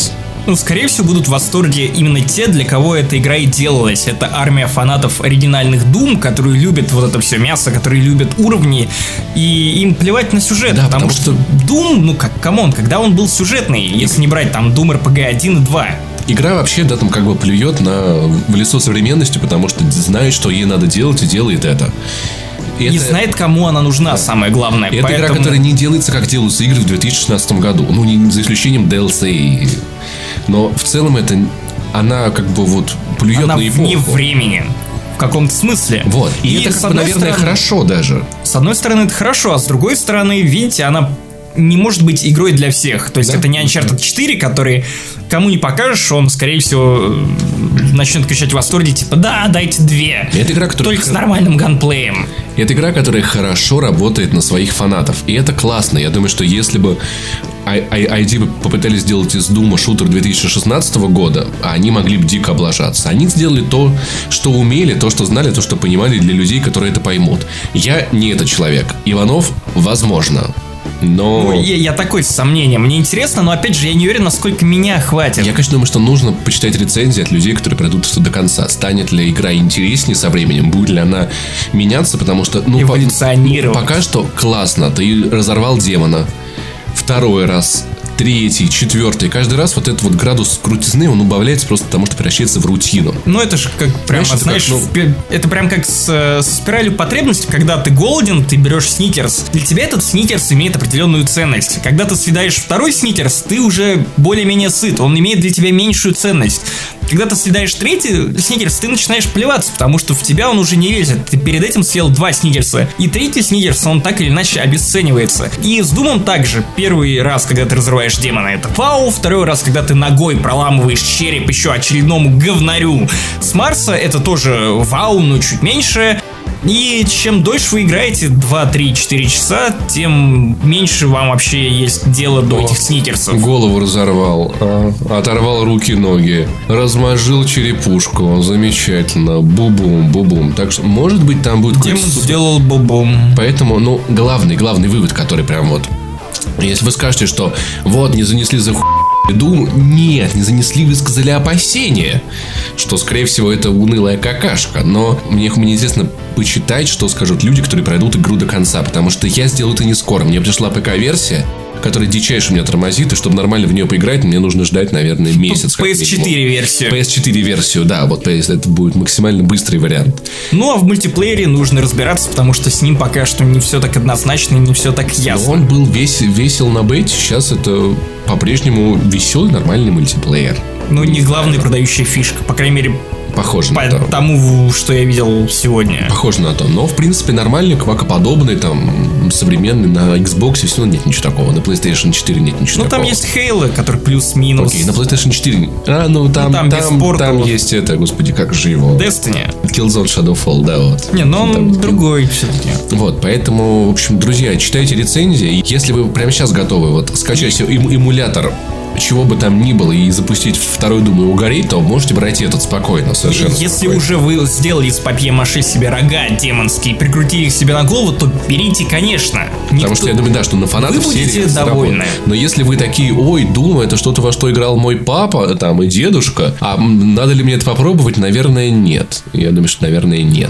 Speaker 1: Ну, скорее всего, будут в восторге именно те, для кого эта игра и делалась. Это армия фанатов оригинальных Doom, которые любят вот это все мясо, которые любят уровни, и им плевать на сюжет.
Speaker 2: Да,
Speaker 1: потому что Doom, ну как, камон, когда он был сюжетный, если не брать там Doom RPG 1 и 2.
Speaker 2: Игра вообще, да, там как бы плюет в лицо современности, потому что знает, что ей надо делать, и делает это.
Speaker 1: И знает, кому она нужна, да. Самое главное.
Speaker 2: Это игра, которая не делается, как делаются игры в 2016 году. Ну, не за исключением DLC. Но в целом она как бы вот плюет на эпоху.
Speaker 1: Она вне времени. В каком-то смысле.
Speaker 2: Вот. И это, как бы, наверное, хорошо даже.
Speaker 1: С одной стороны, это хорошо, а с другой стороны, видите, она не может быть игрой для всех. То есть это не Uncharted 4, который кому не покажешь, он, скорее всего, начнет кричать в восторге, типа, да, дайте 2.
Speaker 2: Это игра, которая...
Speaker 1: Только с нормальным ганплеем.
Speaker 2: Это игра, которая хорошо работает на своих фанатов. И это классно. Я думаю, что если бы ID попытались сделать из Doom шутер 2016 года, они могли бы дико облажаться. Они сделали то, что умели, то, что знали, то, что понимали, для людей, которые это поймут. Я не этот человек. Иванов, возможно. Но...
Speaker 1: Ну, я такой с сомнением. Мне интересно, но опять же, я не уверен, насколько меня хватит.
Speaker 2: Я, конечно, думаю, что нужно почитать рецензии от людей, которые пройдут это до конца. Станет ли игра интереснее со временем? Будет ли она меняться? Потому что...
Speaker 1: эволюционировать.
Speaker 2: Пока что классно. Ты разорвал демона. Второй раз. Третий, четвертый. Каждый раз вот этот вот градус крутизны, он убавляется просто потому, что превращается в рутину.
Speaker 1: Ну, это же как прямо, знаешь, это прям как со спиралью потребностей. Когда ты голоден, ты берешь сникерс. Для тебя этот сникерс имеет определенную ценность. Когда ты съедаешь второй сникерс, ты уже более-менее сыт. Он имеет для тебя меньшую ценность. Когда ты съедаешь третий сникерс, ты начинаешь плеваться, потому что в тебя он уже не лезет. Ты перед этим съел 2 сникерса. И третий сникерс, он так или иначе обесценивается. И с Думом также. Первый раз, когда ты разрываешь демона, это вау. Второй раз, когда ты ногой проламываешь череп еще очередному говнарю с Марса, это тоже вау, но чуть меньше. И чем дольше вы играете, 2, 3, 4 часа, тем меньше вам вообще есть дело до этих сникерсов.
Speaker 2: Голову разорвал, оторвал руки-ноги, размажил черепушку, замечательно, бу-бум, бу-бум. Так что, может быть, там будет...
Speaker 1: Демон сделал бу-бум.
Speaker 2: Поэтому, ну, главный вывод, который прям вот... Если вы скажете, что вот, не занесли за Doom, нет, не занесли, высказали опасения, что, скорее всего, это унылая какашка. Но мне интересно почитать, что скажут люди, которые пройдут игру до конца. Потому что я сделаю это не скоро. Мне пришла ПК-версия, которая дичайше меня тормозит, и чтобы нормально в нее поиграть, мне нужно ждать, наверное, месяц.
Speaker 1: PS4-версию.
Speaker 2: PS4-версию, да, вот это будет максимально быстрый вариант.
Speaker 1: Ну, а в мультиплеере нужно разбираться, потому что с ним пока что не все так однозначно, не все так ясно.
Speaker 2: Но он был весел на бете, сейчас это по-прежнему веселый, нормальный мультиплеер.
Speaker 1: Ну, не главная продающая фишка, по крайней мере...
Speaker 2: Похоже на то.
Speaker 1: По тому, что я видел сегодня.
Speaker 2: Похоже на то. Но, в принципе, нормальный, квакоподобный, там, современный. На Xbox все равно нет ничего такого. На PlayStation 4 нет ничего такого.
Speaker 1: Ну, там есть Halo, который плюс-минус.
Speaker 2: Окей, на PlayStation 4. Там есть это, господи, как же его?
Speaker 1: Destiny.
Speaker 2: Killzone Shadowfall, да, вот.
Speaker 1: Не, но он другой все-таки.
Speaker 2: Вот, поэтому, в общем, друзья, читайте рецензии. Если вы прямо сейчас готовы вот скачать эмулятор чего бы там ни было и запустить второй Doom и угореть, то можете брать этот спокойно, совершенно.
Speaker 1: Если уже вы сделали из папье-маше себе рога демонские, прикрутили их себе на голову, то берите, конечно.
Speaker 2: Потому что я думаю, да, что на фанатов
Speaker 1: серии будете довольны.
Speaker 2: Но если вы такие, ой, Doom, это что-то, во что играл мой папа там и дедушка, а надо ли мне это попробовать? Наверное, нет. Я думаю, что, наверное, нет.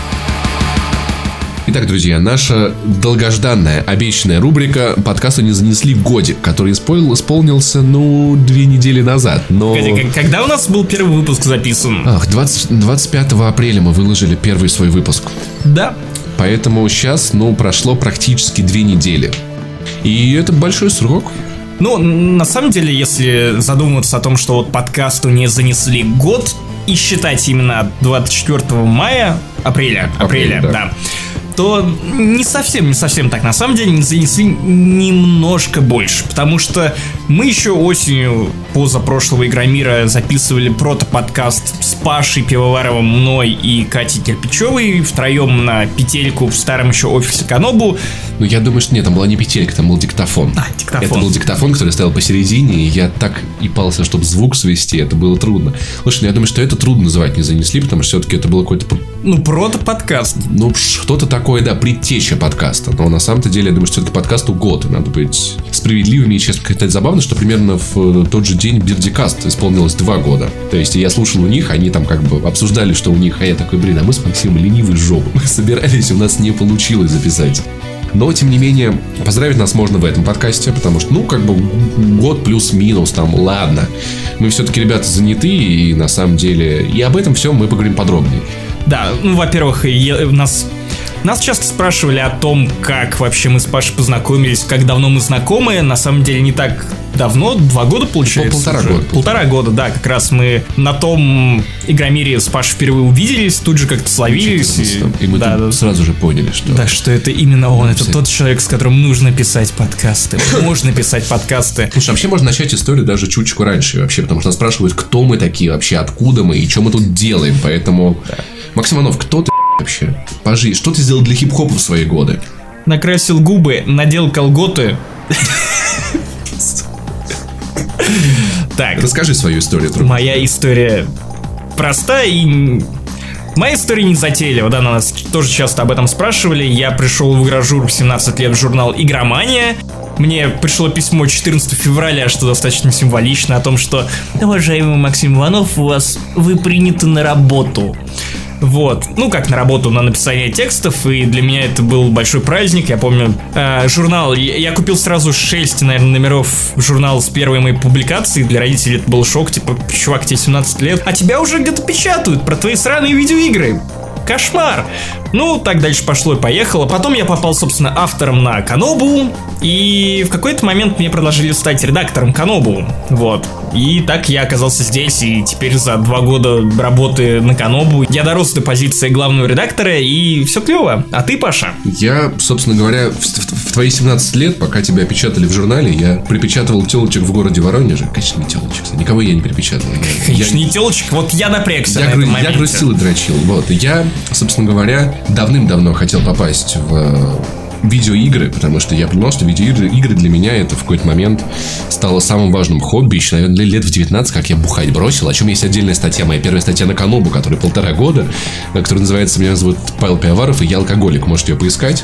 Speaker 2: Итак, друзья, наша долгожданная, обещанная рубрика подкаста «Не занесли годик», который исполнился, 2 недели назад. Но...
Speaker 1: Когда у нас был первый выпуск записан?
Speaker 2: 25 апреля мы выложили первый свой выпуск.
Speaker 1: Да.
Speaker 2: Поэтому сейчас, прошло практически 2 недели. И это большой срок.
Speaker 1: Ну, на самом деле, если задумываться о том, что вот подкасту не занесли год, и считать именно 24 апреля, да, то не совсем так. На самом деле, не занесли немножко больше, потому что мы еще осенью позапрошлого Игромира записывали прото-подкаст с Пашей Пивоваровым, мной и Катей Кирпичевой втроем на петельку в старом еще офисе Канобу.
Speaker 2: Ну, я думаю, что нет, там была не петелька, там был диктофон.
Speaker 1: Диктофон.
Speaker 2: Это был диктофон, который стоял посередине, и я так ипался, чтобы звук свести, это было трудно. Слушай, я думаю, что это трудно называть «Не занесли», потому что все-таки это было какой-то...
Speaker 1: прото-подкаст.
Speaker 2: Что-то такое, да, предтеча подкаста. Но на самом-то деле, я думаю, что все-таки подкасту год, и надо быть справедливыми и, честно сказать, забавно, что примерно в тот же день Бердикаст исполнилось 2 года. То есть я слушал у них, они там как бы обсуждали, что у них, а я такой, блин, а мы с Максимом ленивые жопы. Мы собирались, у нас не получилось записать. Но, тем не менее, поздравить нас можно в этом подкасте, потому что, ну, как бы, год плюс-минус, там, ладно. Мы все-таки, ребята, заняты, и на самом деле... И об этом всем мы поговорим подробнее.
Speaker 1: Да, ну, во-первых, нас часто спрашивали о том, как вообще мы с Пашей познакомились, как давно мы знакомы. На самом деле не так давно, 2 года получается. Полтора года, да, как раз мы на том Игромире с Пашей впервые увиделись, тут же как-то словились.
Speaker 2: И мы сразу же поняли, что...
Speaker 1: Да, что это именно он, это тот человек, с которым нужно писать подкасты, можно писать подкасты.
Speaker 2: Слушай, вообще можно начать историю даже чуточку раньше вообще, потому что нас спрашивают, кто мы такие вообще, откуда мы и что мы тут делаем, поэтому... Максим Иванов, кто ты вообще? Пожи, что ты сделал для хип-хопа в свои годы?
Speaker 1: Накрасил губы, надел колготы. Так.
Speaker 2: Расскажи свою историю.
Speaker 1: Моя история проста и... Моя история не затейлива, да, нас тоже часто об этом спрашивали. Я пришел в игражур в 17 лет в журнал «Игромания». Мне пришло письмо 14 февраля, что достаточно символично, о том, что «Уважаемый Максим Иванов, вы приняты на работу». Вот, ну как на работу, на написание текстов, и для меня это был большой праздник. Я помню, журнал, я купил сразу 6, наверное, номеров журнала с первой моей публикацией. Для родителей это был шок, типа, чувак, тебе 17 лет, а тебя уже где-то печатают про твои сраные видеоигры. Кошмар. Ну, так дальше пошло и поехало. Потом я попал, собственно, автором на Канобу. И в какой-то момент мне предложили стать редактором Канобу. Вот. И так я оказался здесь. И теперь за 2 года работы на Канобу я дорос до позиции главного редактора. И все клево. А ты, Паша?
Speaker 2: Я, собственно говоря, в твои 17 лет, пока тебя печатали в журнале, я припечатывал телочек в городе Воронеже. Конечно, не телочек. Никого я не припечатывал.
Speaker 1: Конечно, не телочек. Вот я напрягся на этом моменте.
Speaker 2: Я грустил и дрочил. Вот. Я, собственно говоря, давным-давно хотел попасть в видеоигры, потому что я понимал, что видеоигры для меня это в какой-то момент стало самым важным хобби. Еще, наверное, лет в 19, как я бухать бросил, о чем есть отдельная статья, моя первая статья на Канобу, которая 1,5 года, которая называется «Меня зовут Павел Пивоваров, и я алкоголик». Можете ее поискать.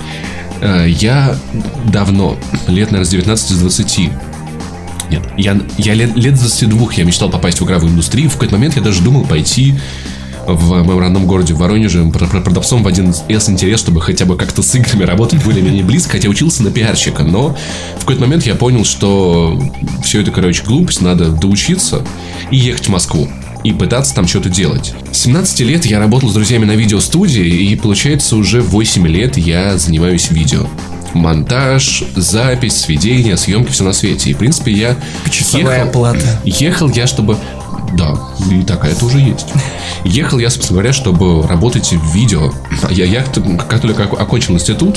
Speaker 2: Я давно, лет, наверное, с 19, с 20... Нет, я лет с 22 я мечтал попасть в игровую индустрию. В какой-то момент я даже думал пойти в моем родном городе в Воронеже продавцом в 1С интерес, чтобы хотя бы как-то с играми работать более-менее близко, хотя учился на пиарщика. Но в какой-то момент я понял, что все это, короче, глупость, надо доучиться и ехать в Москву и пытаться там что-то делать. С 17 лет я работал с друзьями на видеостудии, и, получается, уже 8 лет я занимаюсь видео. Монтаж, запись, сведения, съемки, все на свете. И, в принципе, я ехал я, чтобы... Да, и такая тоже есть. Ехал я, собственно говоря, чтобы работать в видео. Я как только окончил институт,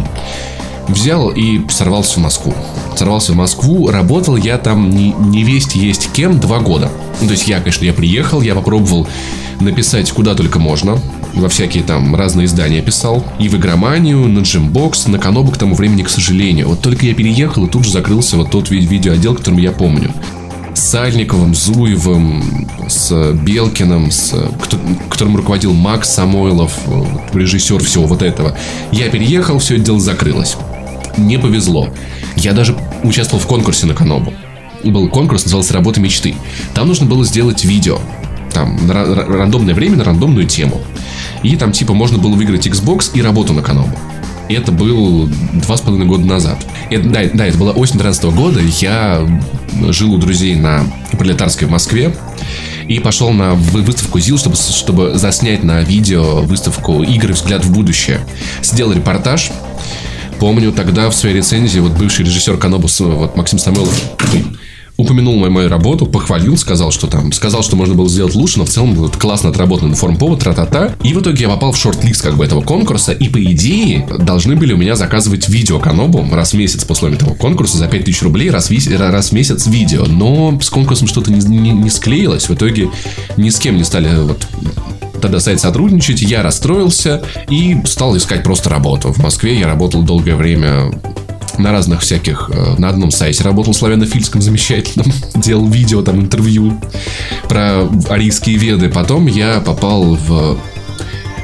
Speaker 2: взял и сорвался в Москву. Работал я там не весть есть кем 2 года. Ну, то есть я приехал, я попробовал написать куда только можно. Во всякие там разные издания писал. И в Игроманию, на Джимбокс, на Канобу к тому времени, к сожалению. Вот только я переехал, и тут же закрылся вот тот видеоотдел, которым я помню. С Сальниковым, Зуевым, с Белкиным, которым руководил Макс Самойлов, режиссер всего вот этого. Я переехал, все это дело закрылось. Не повезло. Я даже участвовал в конкурсе на Канобу. Был конкурс, назывался «Работа мечты». Там нужно было сделать видео. Там на рандомное время, на рандомную тему. И там типа можно было выиграть Xbox и работу на Канобу. И это был 2,5 года назад. Это была осень 2013 года. Я жил у друзей на Пролетарской в Москве. И пошел на выставку ЗИЛ, чтобы заснять на видео выставку «Игры. Взгляд в будущее». Сделал репортаж. Помню, тогда в своей рецензии бывший режиссер Канобу Максим Самойлов упомянул мою работу, похвалил, сказал, что можно было сделать лучше, но в целом был классно отработан информповод, тра-та-та. И в итоге я попал в шорт-лист этого конкурса, и по идее должны были у меня заказывать видео Канобу раз в месяц после этого конкурса за 5000 рублей, раз в месяц видео. Но с конкурсом что-то не склеилось, в итоге ни с кем не стали тогда сотрудничать, я расстроился и стал искать просто работу. В Москве я работал долгое время на разных всяких... На одном сайте работал, славянофильском, замечательном. Делал видео, там, интервью про арийские веды. Потом я попал в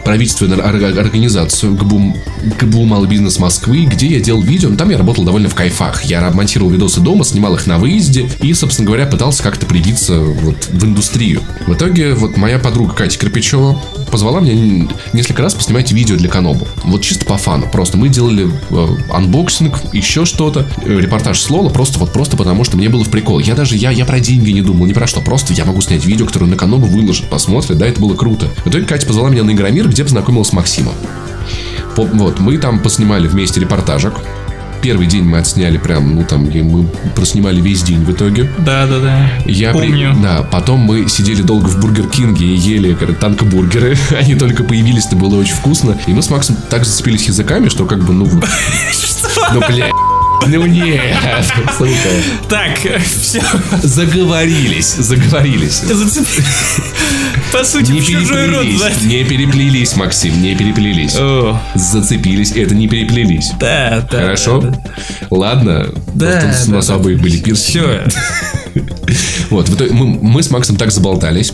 Speaker 2: правительственную организацию ГБУ «Малый бизнес Москвы», где я делал видео. Там я работал довольно в кайфах. Я монтировал видосы дома, снимал их на выезде и, собственно говоря, пытался как-то прибиться вот в индустрию. В итоге вот моя подруга Катя Кирпичева позвала меня несколько раз поснимать видео для Канобу. Вот чисто по фану. Просто мы делали анбоксинг, еще что-то, репортаж с Лола, просто потому, что мне было в прикол. Я про деньги не думал, ни про что. Просто я могу снять видео, которое на Канобу выложат, посмотрят, да, это было круто. В итоге Катя позвала меня на Игромир, где познакомилась с Максимом. Вот, мы там поснимали вместе репортажик. Первый день мы отсняли прям, мы проснимали весь день в итоге.
Speaker 1: Да. Я помню.
Speaker 2: Да, потом мы сидели долго в Бургер Кинге и ели танкобургеры. Они только появились, это было очень вкусно. И мы с Максом так зацепились языками, что как бы, бля... Ну нет, сука.
Speaker 1: Так, все.
Speaker 2: Заговорились.
Speaker 1: По сути, в чужой рот.
Speaker 2: Не переплелись, Максим, не переплелись. Зацепились, это не переплелись.
Speaker 1: Да.
Speaker 2: Хорошо?
Speaker 1: Да.
Speaker 2: Ладно.
Speaker 1: Да.
Speaker 2: У нас обоих были пирсы.
Speaker 1: Все.
Speaker 2: Вот, в итоге мы с Максом так заболтались.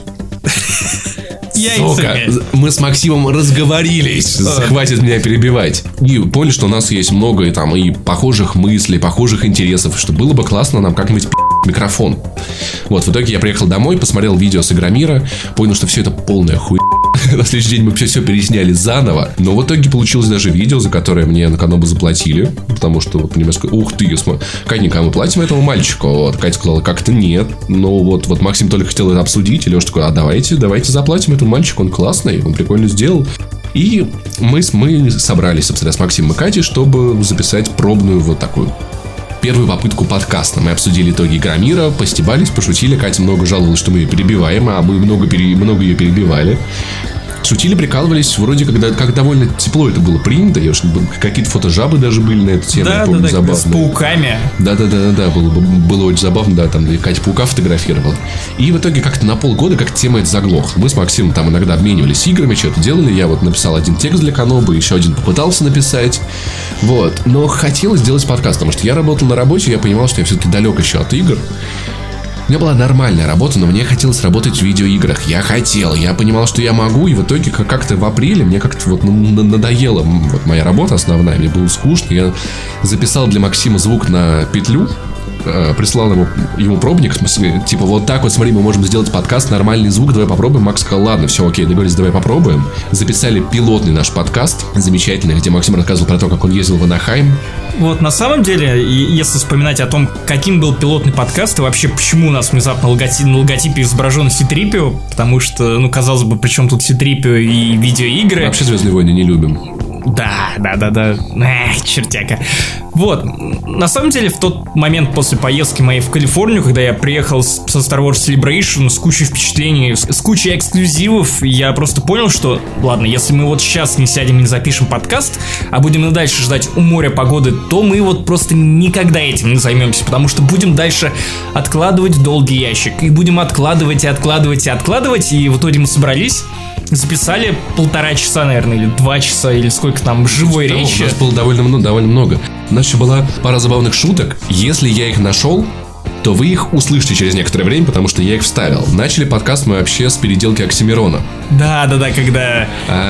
Speaker 2: Сука, мы с Максимом разговорились. Хватит меня перебивать. И поняли, что у нас есть много и похожих мыслей, похожих интересов, что было бы классно нам как-нибудь микрофон. Вот, в итоге я приехал домой, посмотрел видео с Игромира, понял, что все это полная хуйня. На следующий день мы все пересняли заново. Но в итоге получилось даже видео, за которое мне на Канобу заплатили. Потому что, понимаешь, ух ты, Катенька, мы платим этому мальчику. Вот, Катя сказала, как-то нет. Но вот Максим только хотел это обсудить. И Леша такой, давайте заплатим этому мальчику, он классный, он прикольно сделал. И мы собрались, собственно, с Максимом и Катей, чтобы записать пробную вот такую первую попытку подкаста. Мы обсудили итоги Игромира, постебались, пошутили. Катя много жаловалась, что мы ее перебиваем, а мы много ее перебивали. Шутили, прикалывались, вроде как довольно тепло это было принято. Какие-то фотожабы даже были на эту тему.
Speaker 1: Да, забавно. С пауками.
Speaker 2: Да, было очень забавно, да, там Катя паука фотографировала. И в итоге как-то на полгода как-то тема эта заглохла. Мы с Максимом там иногда обменивались играми, что-то делали. Я вот написал один текст для Канобы, еще один попытался написать. Вот. Но хотелось сделать подкаст, потому что я работал на работе, я понимал, что я все-таки далек еще от игр. У меня была нормальная работа, но мне хотелось работать в видеоиграх. Я понимал, что я могу, и в итоге как-то в апреле мне как-то вот надоела вот моя работа основная, мне было скучно. Я записал для Максима звук на петлю, прислал ему пробник, в смысле, типа, вот так вот, смотри, мы можем сделать подкаст, нормальный звук, давай попробуем. Макс сказал, ладно, все, окей, договорились, давай попробуем. Записали пилотный наш подкаст, замечательный, где Максим рассказывал про то, как он ездил в Анахайм.
Speaker 1: Вот, на самом деле, если вспоминать о том, каким был пилотный подкаст, и вообще, почему у нас внезапно на логотипе изображен C-3PO, потому что, казалось бы, при чем тут C-3PO и видеоигры.
Speaker 2: Вообще «Звездные войны» не любим.
Speaker 1: Да. Чертяка. Вот, на самом деле, в тот момент после поездки моей в Калифорнию, когда я приехал со Star Wars Celebration с кучей впечатлений, с кучей эксклюзивов, я просто понял, что, ладно, если мы вот сейчас не сядем и не запишем подкаст, а будем и дальше ждать у моря погоды, то мы вот просто никогда этим не займемся, потому что будем дальше откладывать в долгий ящик, и будем откладывать, и в итоге мы собрались, записали 1,5 часа, наверное, или 2 часа, или сколько там живой речи.
Speaker 2: У нас было довольно много. У нас еще была пара забавных шуток. Если я их нашел, то вы их услышите через некоторое время, потому что я их вставил. Начали подкаст мы вообще с переделки Оксимирона.
Speaker 1: Да, когда...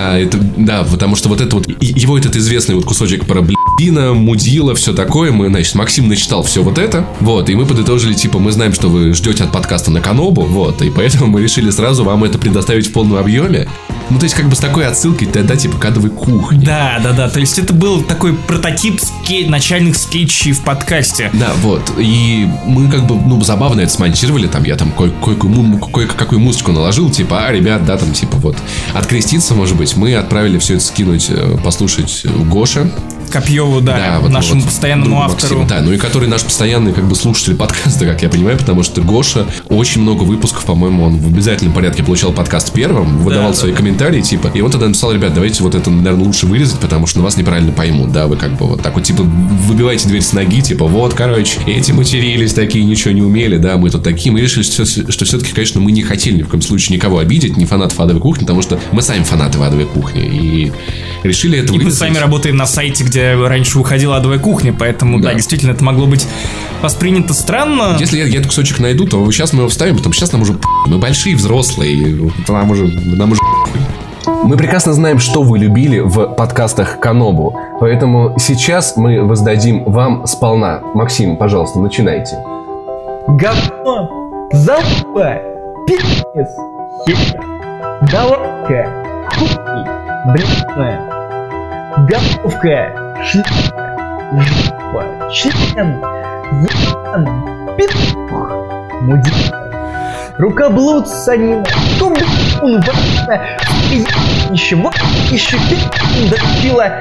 Speaker 2: потому что вот это вот, его этот известный вот кусочек про блядина, мудила, все такое, Максим начитал все вот это, вот, и мы подытожили, типа, мы знаем, что вы ждете от подкаста на Канобу, вот, и поэтому мы решили сразу вам это предоставить в полном объеме. То есть, как бы с такой отсылкой, типа, к адовой кухне.
Speaker 1: Да, то есть, это был такой прототип начальных скетчей в подкасте.
Speaker 2: Да, вот, и мы как бы, забавно это смонтировали, там, я там кое-какую музычку наложил, типа, ребят, да, там, типа, вот, откреститься, может быть, мы отправили все это скинуть, послушать Гоше.
Speaker 1: Копьеву, нашему постоянному автору.
Speaker 2: Максиму, да, и который наш постоянный как бы слушатель подкаста, как я понимаю, потому что Гоша очень много выпусков, по-моему, он в обязательном порядке получал подкаст первым, выдавал свои комментарии, типа, и он тогда написал, ребят, давайте вот это, наверное, лучше вырезать, потому что вас неправильно поймут, да, вы как бы вот так вот, типа, выбиваете дверь с ноги, типа, вот, короче, эти матерились такие, ничего не умели, да, мы тут такие, мы решили, что все-таки, конечно, мы не хотели ни в коем случае никого обидеть, ни фанатов адовой кухни, потому что мы сами фанаты адовой кухни, и решили это вырезать.
Speaker 1: Мы сами работаем на сайте, где раньше выходила адовая кухня, поэтому, да, действительно, это могло быть воспринято странно.
Speaker 2: Если я этот кусочек найду, то сейчас мы его вставим, потому что сейчас нам уже мы большие, взрослые, нам уже Мы прекрасно знаем, что вы любили в подкастах Канобу, поэтому сейчас мы воздадим вам сполна. Максим, пожалуйста, начинайте.
Speaker 3: Говно, залупа, пи***ц, хер, давай-ка, хуй, блядная, головка, шлюха, жопа, член, ебан, петух, мудила, рукоблуд санина, тумбун, ванна, еще вот, еще пи***н допила,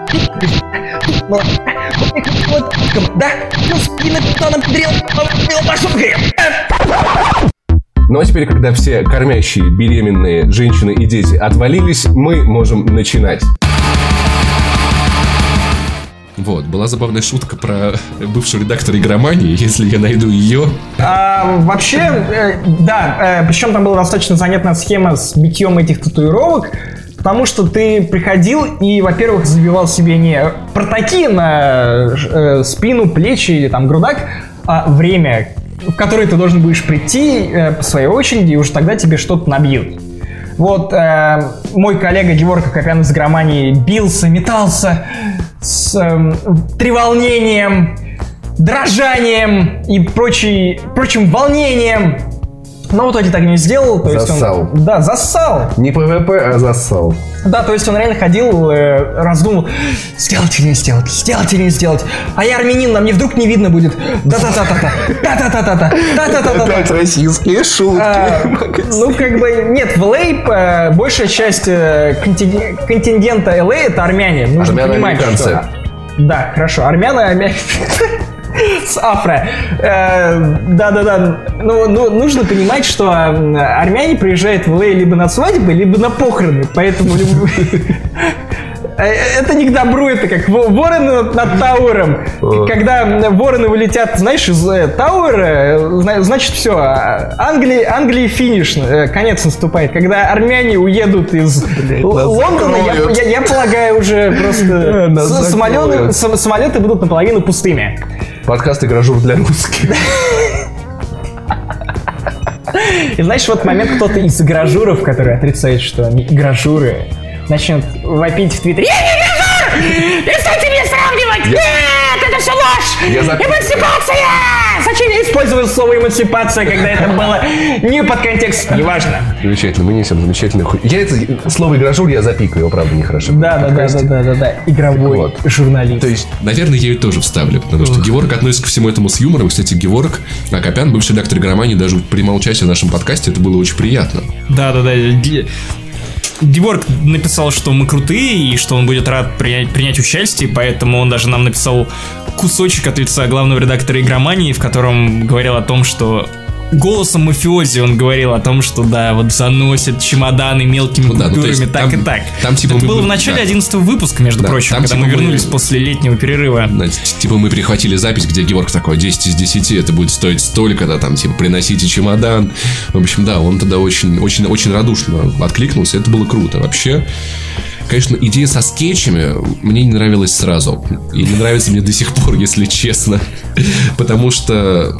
Speaker 3: да, ну спина бетоном дрел, пошел.
Speaker 2: Ну а теперь, когда все кормящие, беременные женщины и дети отвалились, мы можем начинать. Вот, была забавная шутка про бывшего редактора игромании, если я найду ее.
Speaker 3: Вообще, да, причем там была достаточно занятная схема с битьем этих татуировок, потому что ты приходил и, во-первых, забивал себе не протаки на спину, плечи или там грудак, а время, в которое ты должен будешь прийти по своей очереди, и уже тогда тебе что-то набьют. Вот мой коллега Геворг Акопян из игромании бился, метался с треволнением, дрожанием и прочим волнением. Но в итоге так не сделал. То есть
Speaker 2: зассал.
Speaker 3: Да, зассал.
Speaker 2: Не ПВП, а зассал.
Speaker 3: Да, то есть он реально ходил, раздумывал, сделать или не сделать, сделать или не сделать. А я армянин, нам вдруг не видно будет. Та-та-та-та-та, та-та-та-та-та, та-та-та-та.
Speaker 2: Опять российские шутки.
Speaker 3: Ну, как бы, нет, в LA большая часть контингента LA это армяне. Нужно понимать, что... Да, хорошо, армяне... С афро. Да-да-да. Ну, нужно понимать, что армяне приезжают в Л.А. либо на свадьбы, либо на похороны. Поэтому это не к добру, это как вороны над Тауэром. Когда вороны вылетят, знаешь, из Тауэра, значит все, Англии финиш, конец наступает. Когда армяне уедут из Лондона, я полагаю, уже просто самолеты будут наполовину пустыми.
Speaker 2: Подкаст «Игражур для русских».
Speaker 3: И знаешь, в этот момент кто-то из игражуров, которые отрицают, что они игражуры, начнет вопить в Твиттере: «Я не игражур! Перестаньте меня сравнивать! Нет, это все ложь! Эмансипация! Зачем я использовал слово эмансипация, когда это было не под контекст? Неважно».
Speaker 2: Замечательно, мы несем замечательную хуй. Я это слово «игражур» я запикаю, его правда нехорошо.
Speaker 3: Да. Игровой вот. Журналист.
Speaker 2: То есть, наверное, я ее тоже вставлю, потому что Геворг относится ко всему этому с юмором. Кстати, Геворг Акопян, бывший редактор игромании, даже принимал участие в нашем подкасте, это было очень приятно.
Speaker 1: Да. Геворг написал, что мы крутые и что он будет рад принять участие, поэтому он даже нам написал кусочек от лица главного редактора игромании, в котором говорил о том, что голосом мафиози он говорил о том, что да, вот заносят чемоданы мелкими купюрами, так и так.
Speaker 2: Там, типа,
Speaker 1: это было в начале 11-го выпуска, между прочим, когда мы вернулись после летнего перерыва.
Speaker 2: Да, типа мы перехватили запись, где Геворг такой: 10 из 10, это будет стоить столько, да, там, типа, приносите чемодан. В общем, да, он тогда очень радушно откликнулся, это было круто. Вообще, конечно, идея со скетчами мне не нравилась сразу. И не нравится мне до сих пор, если честно. Потому что,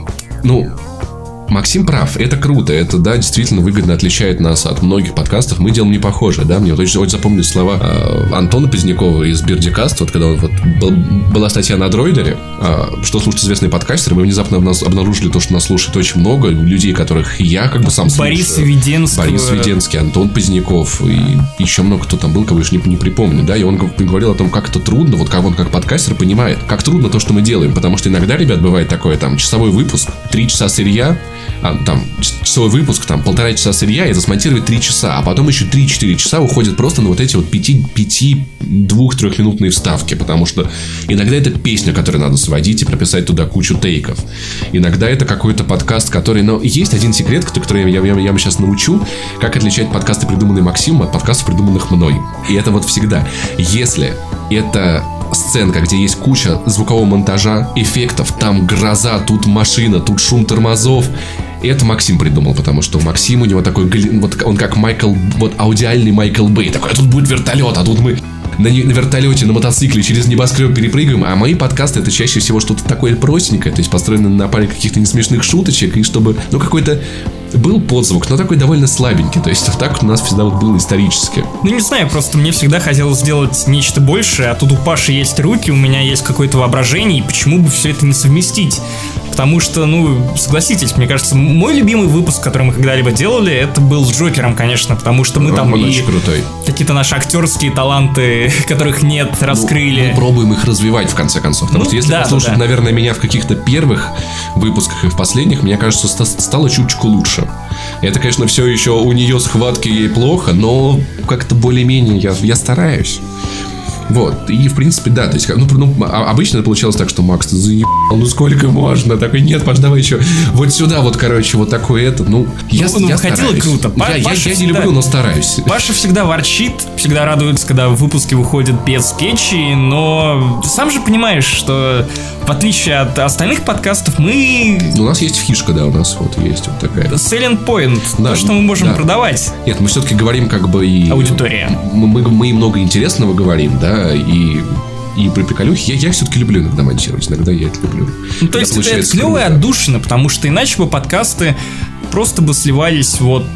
Speaker 2: Максим прав, это круто, это, да, действительно выгодно отличает нас от многих подкастов. Мы делаем не похоже, да, мне вот очень запомнились слова Антона Позднякова из Бердикаст, вот когда была статья на Дроидере, что слушают известные подкастеры, мы внезапно обнаружили то, что нас слушает очень много людей, которых я как бы сам слушаю.
Speaker 1: Борис Веденский,
Speaker 2: Антон Поздняков и еще много кто там был, кого я уж не припомню, да, и он говорил о том, как это трудно, вот как он как подкастер понимает, как трудно то, что мы делаем, потому что иногда, ребят, бывает такое, там, часовой выпуск, 3 часа сырья, там, часовой выпуск, там, 1,5 часа сырья, и засмонтировать 3 часа, а потом еще 3-4 часа уходит просто на вот эти вот 2-3-минутные вставки, потому что иногда это песня, которую надо сводить и прописать туда кучу тейков. Иногда это какой-то подкаст, который... Но есть один секрет, который я вам сейчас научу, как отличать подкасты, придуманные Максимом, от подкастов, придуманных мной. И это вот всегда. Если это сценка, где есть куча звукового монтажа, эффектов, там гроза, тут машина, тут шум тормозов, это Максим придумал, потому что Максим, у него такой, вот он как аудиальный Майкл Бэй, такой: а тут будет вертолет, а тут мы на вертолете, на мотоцикле через небоскреб перепрыгаем. А мои подкасты — это чаще всего что-то такое простенькое, то есть построено на паре каких-то несмешных шуточек, и чтобы, какой-то был подзвук, но такой довольно слабенький. То есть вот так у нас всегда вот было исторически.
Speaker 1: Ну, не знаю, просто мне всегда хотелось сделать нечто большее, а тут у Паши есть руки, у меня есть какое-то воображение, и почему бы все это не совместить? Потому что, согласитесь, мне кажется, мой любимый выпуск, который мы когда-либо делали, это был с Джокером, конечно, потому что мы там
Speaker 2: он
Speaker 1: и
Speaker 2: очень крутой.
Speaker 1: Какие-то наши актерские таланты, которых нет, раскрыли.
Speaker 2: Мы пробуем их развивать, в конце концов. Потому что если послушать, наверное, меня в каких-то первых выпусках и в последних, мне кажется, стало чуточку лучше. Это, конечно, все еще у нее схватки ей плохо, но как-то более-менее я стараюсь. Вот, и в принципе, да, то есть, обычно получалось так, что Макс, ты заебал, сколько можно? Такой, нет, Паш, давай еще вот сюда, вот, короче, вот такое это, я
Speaker 1: хотел круто.
Speaker 2: Я не люблю, но стараюсь.
Speaker 1: Паша всегда ворчит, всегда радуется, когда в выпуске выходят без скетчей, но ты сам же понимаешь, что в отличие от остальных подкастов, у нас
Speaker 2: есть фишка, да, у нас вот есть вот такая.
Speaker 1: Selling point, да, то, что мы можем продавать.
Speaker 2: Нет, мы все-таки говорим как бы и...
Speaker 1: Аудитория.
Speaker 2: Мы много интересного говорим, да, и при приколюхе я все-таки люблю иногда монтировать, иногда я это люблю.
Speaker 1: То есть это клевая отдушина, потому что иначе бы подкасты просто бы сливались в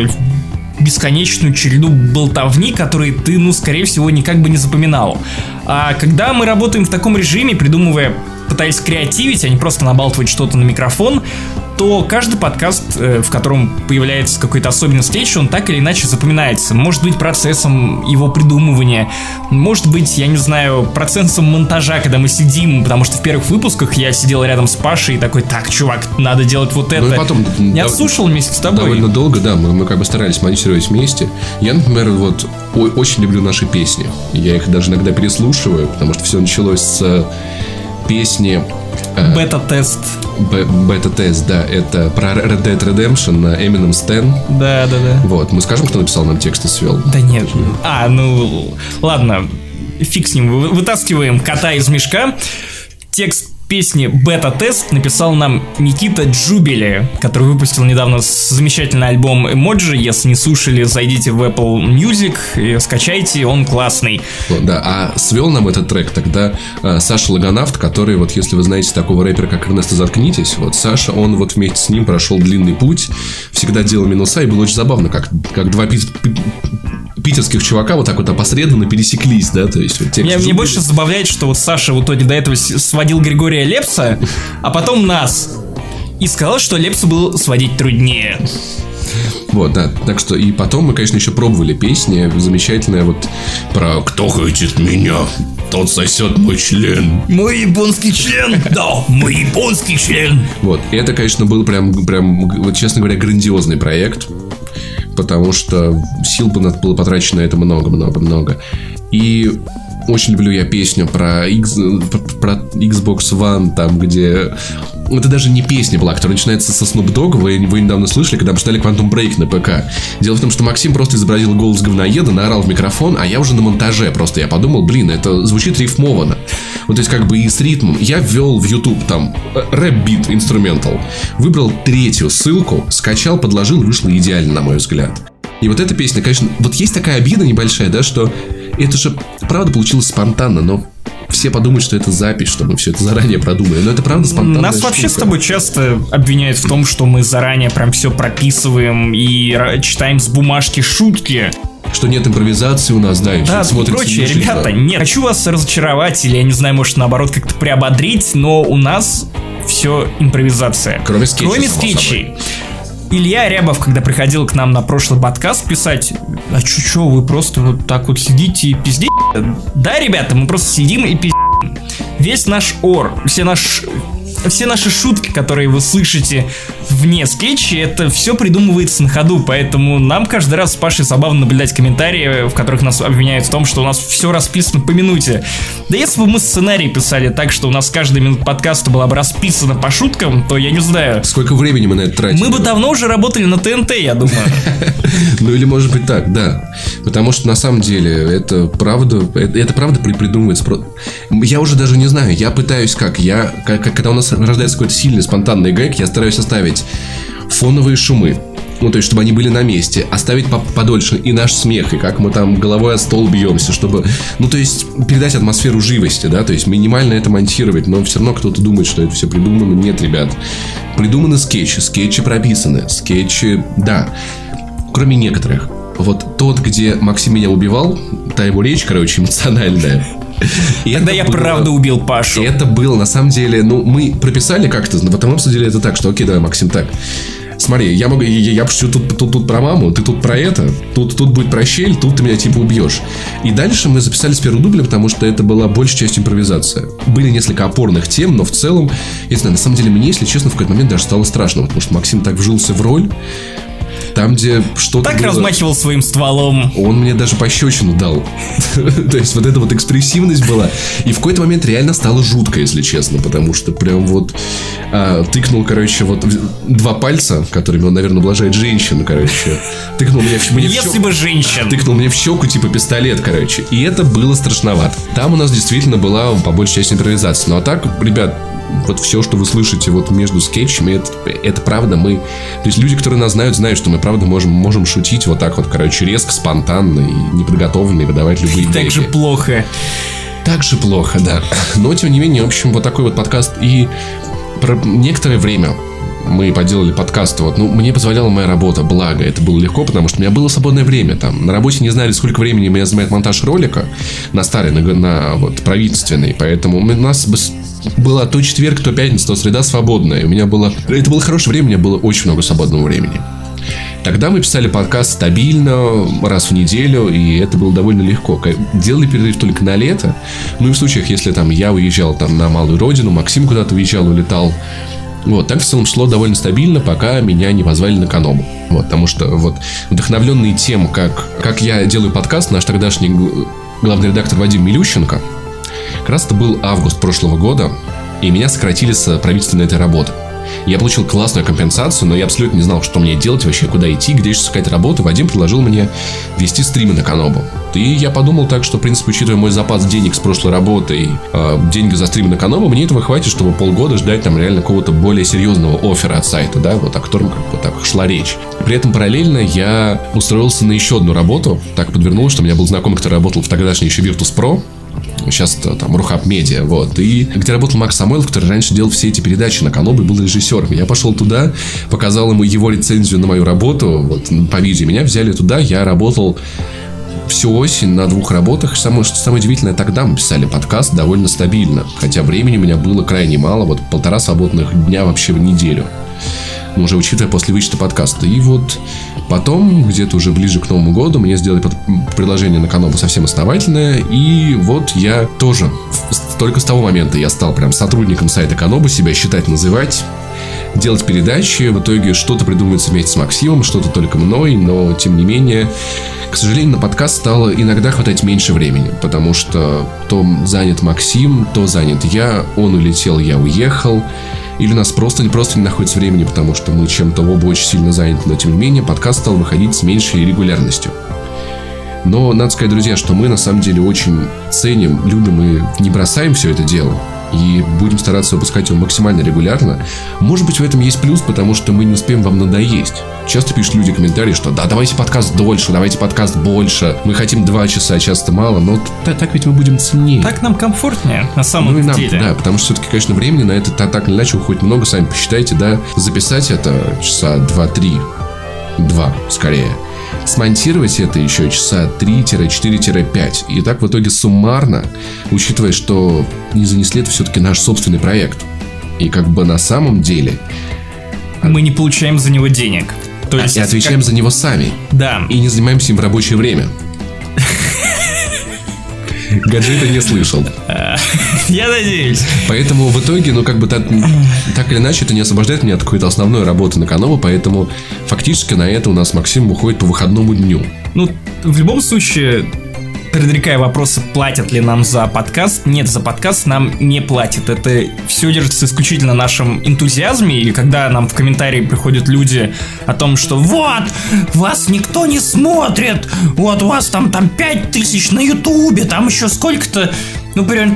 Speaker 1: бесконечную череду болтовни, которые ты, скорее всего, никак бы не запоминал. А когда мы работаем в таком режиме, пытаясь креативить, а не просто набалтывать что-то на микрофон, то каждый подкаст, в котором появляется какой-то особенный скетч, он так или иначе запоминается. Может быть, процессом его придумывания, может быть, я не знаю, процессом монтажа, когда мы сидим, потому что в первых выпусках я сидел рядом с Пашей и такой, так, чувак, надо делать вот это.
Speaker 2: И потом,
Speaker 1: я отслушал вместе с тобой.
Speaker 2: Довольно долго, да, мы как бы старались монтировать вместе. Я, например, очень люблю наши песни. Я их даже иногда переслушиваю, потому что все началось с песни...
Speaker 1: Бета-тест.
Speaker 2: Бета-тест, да, это про Red Dead Redemption на Eminem Stan.
Speaker 1: Да.
Speaker 2: Вот, мы скажем, кто написал нам текст и свел?
Speaker 1: Да нет. Ладно, фиг с ним, вытаскиваем кота из мешка. Текст песни «Бета-тест» написал нам Никита Джубили, который выпустил недавно замечательный альбом «Эмоджи». Если не слушали, зайдите в Apple Music и скачайте, он классный.
Speaker 2: Да, а свел нам этот трек тогда Саша Логонавт, который, если вы знаете такого рэпера, как Эрнесто Заткнитесь, Саша, он вместе с ним прошел длинный путь, всегда делал минуса, и было очень забавно, как два питерских чувака вот так вот опосредованно пересеклись, да, то есть
Speaker 1: Мне больше забавляет, что Саша в итоге до этого сводил Григория Лепса, а потом нас. И сказал, что Лепсу было сводить труднее.
Speaker 2: Вот, да, так что и потом мы, конечно, еще пробовали песни замечательная про «Кто хочет меня, тот сосет мой член».
Speaker 1: Мой японский член, да, мой японский член.
Speaker 2: Вот, и это, конечно, был прям, честно говоря, грандиозный проект, потому что сил было потрачено на это много. И очень люблю я песню про Xbox One, там, где... Это даже не песня была, которая начинается со Snoop Dogg. Вы недавно слышали, когда обсуждали Quantum Break на ПК. Дело в том, что Максим просто изобразил голос говноеда, наорал в микрофон, а я уже на монтаже. Просто я подумал, это звучит рифмованно. То есть как бы и с ритмом. Я ввел в YouTube там рэп-бит, инструментал. Выбрал 3-ю ссылку, скачал, подложил, вышло идеально, на мой взгляд. И эта песня, конечно, есть такая обида небольшая, да, что это же правда получилось спонтанно, но все подумают, что это запись, что мы все это заранее продумали. Но это правда спонтанная
Speaker 1: Нас
Speaker 2: штука.
Speaker 1: Вообще с тобой часто обвиняют в том, что мы заранее прям все прописываем и читаем с бумажки шутки.
Speaker 2: Что нет импровизации у нас, да, и
Speaker 1: прочее, ребята, нет. Хочу вас разочаровать, или, я не знаю, может, наоборот, как-то приободрить, но у нас все импровизация.
Speaker 2: Кроме скетчей.
Speaker 1: Илья Рябов, когда приходил к нам на прошлый подкаст писать, а чё, вы просто так сидите и пиздите? Да, ребята, мы просто сидим и пиздим. Весь наш ор, все наши шутки, которые вы слышите вне скетчи, это все придумывается на ходу, поэтому нам каждый раз с Пашей забавно наблюдать комментарии, в которых нас обвиняют в том, что у нас все расписано по минуте. Да если бы мы сценарий писали так, что у нас каждая минута подкаста была бы расписана по шуткам, то я не знаю.
Speaker 2: Сколько времени мы на это тратим?
Speaker 1: Мы бы давно уже работали на ТНТ, я думаю.
Speaker 2: Или может быть так, да. Потому что на самом деле это правда придумывается. Я уже даже не знаю, я пытаюсь когда у нас рождается какой-то сильный спонтанный гэг, я стараюсь оставить фоновые шумы, Ну, то есть, чтобы они были на месте, оставить подольше и наш смех, и как мы там головой о стол бьемся, чтобы, ну, то есть, передать атмосферу живости, да, то есть, минимально это монтировать, но все равно кто-то думает, что это все придумано. Нет, ребят, придуманы скетчи прописаны, да, кроме некоторых. Вот тот, где Максим меня убивал, та его речь, короче, эмоциональная.
Speaker 1: Тогда я правда убил Пашу.
Speaker 2: Это было, на самом деле, ну, мы прописали как-то, потом обсудили это так, что окей, давай, Максим, так. Смотри, я пошучу тут про маму, ты тут про это, тут будет про щель, тут ты меня типа убьешь. И дальше мы записали с первого дубля, потому что это была большая часть импровизация. Были несколько опорных тем, но в целом, я знаю, на самом деле мне, если честно, в какой-то момент даже стало страшно, потому что Максим так вжился в роль. Там, где что-то
Speaker 1: так было, размахивал своим стволом.
Speaker 2: Он мне даже пощечину дал. То есть, вот эта вот экспрессивность была. И в какой-то момент реально стало жутко, если честно. Потому что прям вот тыкнул, короче, вот 2 пальца, которыми он, наверное, ублажает женщину, короче. Тыкнул мне в щеку.
Speaker 1: Если бы женщин.
Speaker 2: Тыкнул мне в щеку, типа пистолет, короче. И это было страшновато. Там у нас действительно была по большей части импровизация. Ну а так, ребят, вот все, что вы слышите вот между скетчами, это правда мы... То есть люди, которые нас знают, знают, что мы правда можем шутить вот так вот, короче, резко, спонтанно и неподготовленно, и выдавать любые идеи.
Speaker 1: Так же плохо.
Speaker 2: Так же плохо, да. Но, тем не менее, в общем, вот такой вот подкаст. И про некоторое время мы поделали подкаст. Вот. Ну, мне позволяла моя работа, благо. Это было легко, потому что у меня было свободное время. Там, на работе не знали, сколько времени меня занимает монтаж ролика на старый, на вот, правительственный. Поэтому у нас было то четверг, то пятница, то среда свободная. И у меня было... Это было хорошее время, у меня было очень много свободного времени. Тогда мы писали подкаст стабильно, раз в неделю, и это было довольно легко. Делали перерыв только на лето. Ну и в случаях, если там я уезжал там, на малую родину, Максим куда-то уезжал, улетал. Вот, так в целом шло довольно стабильно, пока меня не позвали на Канобу. Вот, потому что вот вдохновленный тем, как я делаю подкаст, наш тогдашний главный редактор Вадим Милющенко, как раз это был август прошлого года, и меня сократили с правительственной этой работы. Я получил классную компенсацию, но я абсолютно не знал, что мне делать вообще, куда идти, где еще искать работу. Вадим предложил мне вести стримы на Канобу. И я подумал так, что, в принципе, учитывая мой запас денег с прошлой работы и деньги за стримы на Канобу, мне этого хватит, чтобы полгода ждать там реально какого-то более серьезного оффера от сайта, да, вот о котором как бы так шла речь. При этом параллельно я устроился на еще одну работу. Так подвернулось, что у меня был знакомый, который работал в тогдашней еще Virtus.pro. Сейчас там Рухаб Медиа, вот. И где работал Макс Самойлов, который раньше делал все эти передачи на Канобу и был режиссером. Я пошел туда, показал ему его рецензию на мою работу, вот, по видео. Меня взяли туда, я работал всю осень на 2 работах. Самое удивительное, тогда мы писали подкаст довольно стабильно. Хотя времени у меня было крайне мало, вот 1,5 свободных дня вообще в неделю. Ну, уже учитывая после вычета подкаста. И вот потом, где-то уже ближе к Новому году, мне сделали предложение на Канобу совсем основательное. И вот я тоже, только с того момента я стал прям сотрудником сайта Канобу, себя считать, называть, делать передачи. В итоге что-то придумывается вместе с Максимом, что-то только мной. Но, тем не менее, к сожалению, на подкаст стало иногда хватать меньше времени. Потому что то занят Максим, то занят я. Он улетел, я уехал. Или у нас просто не находится времени, потому что мы чем-то оба очень сильно заняты. Но, тем не менее, подкаст стал выходить с меньшей регулярностью. Но надо сказать, друзья, что мы на самом деле очень ценим, любим и не бросаем все это дело. И будем стараться выпускать его максимально регулярно. Может быть, в этом есть плюс, потому что мы не успеем вам надоесть. Часто пишут люди комментарии, что да, давайте подкаст дольше, давайте подкаст больше. Мы хотим 2 часа, часто мало, но так ведь мы будем ценнее.
Speaker 1: Так нам комфортнее, на самом деле.
Speaker 2: Да, потому что все-таки, конечно, времени на это так или иначе уходит много. Сами посчитайте, да, записать это часа 2-3. 2, скорее. Смонтировать это еще часа 3-4-5. И так в итоге суммарно, учитывая, что не занесли, это все-таки наш собственный проект. И как бы на самом деле
Speaker 1: мы не получаем за него денег. То есть,
Speaker 2: и отвечаем за него сами.
Speaker 1: Да.
Speaker 2: И не занимаемся им в рабочее время. Гаджета не слышал.
Speaker 1: Я надеюсь.
Speaker 2: Поэтому в итоге, ну как бы так или иначе, это не освобождает меня от какой-то основной работы на Канобу. Поэтому фактически на это у нас Максим уходит по выходному дню.
Speaker 1: Ну, в любом случае, предрекая вопросы, платят ли нам за подкаст, нет, за подкаст нам не платят. Это все держится исключительно на нашем энтузиазме. И когда нам в комментарии приходят люди о том, что вот, вас никто не смотрит, вот у вас там 5000 на Ютубе, там еще сколько-то. ну, примерно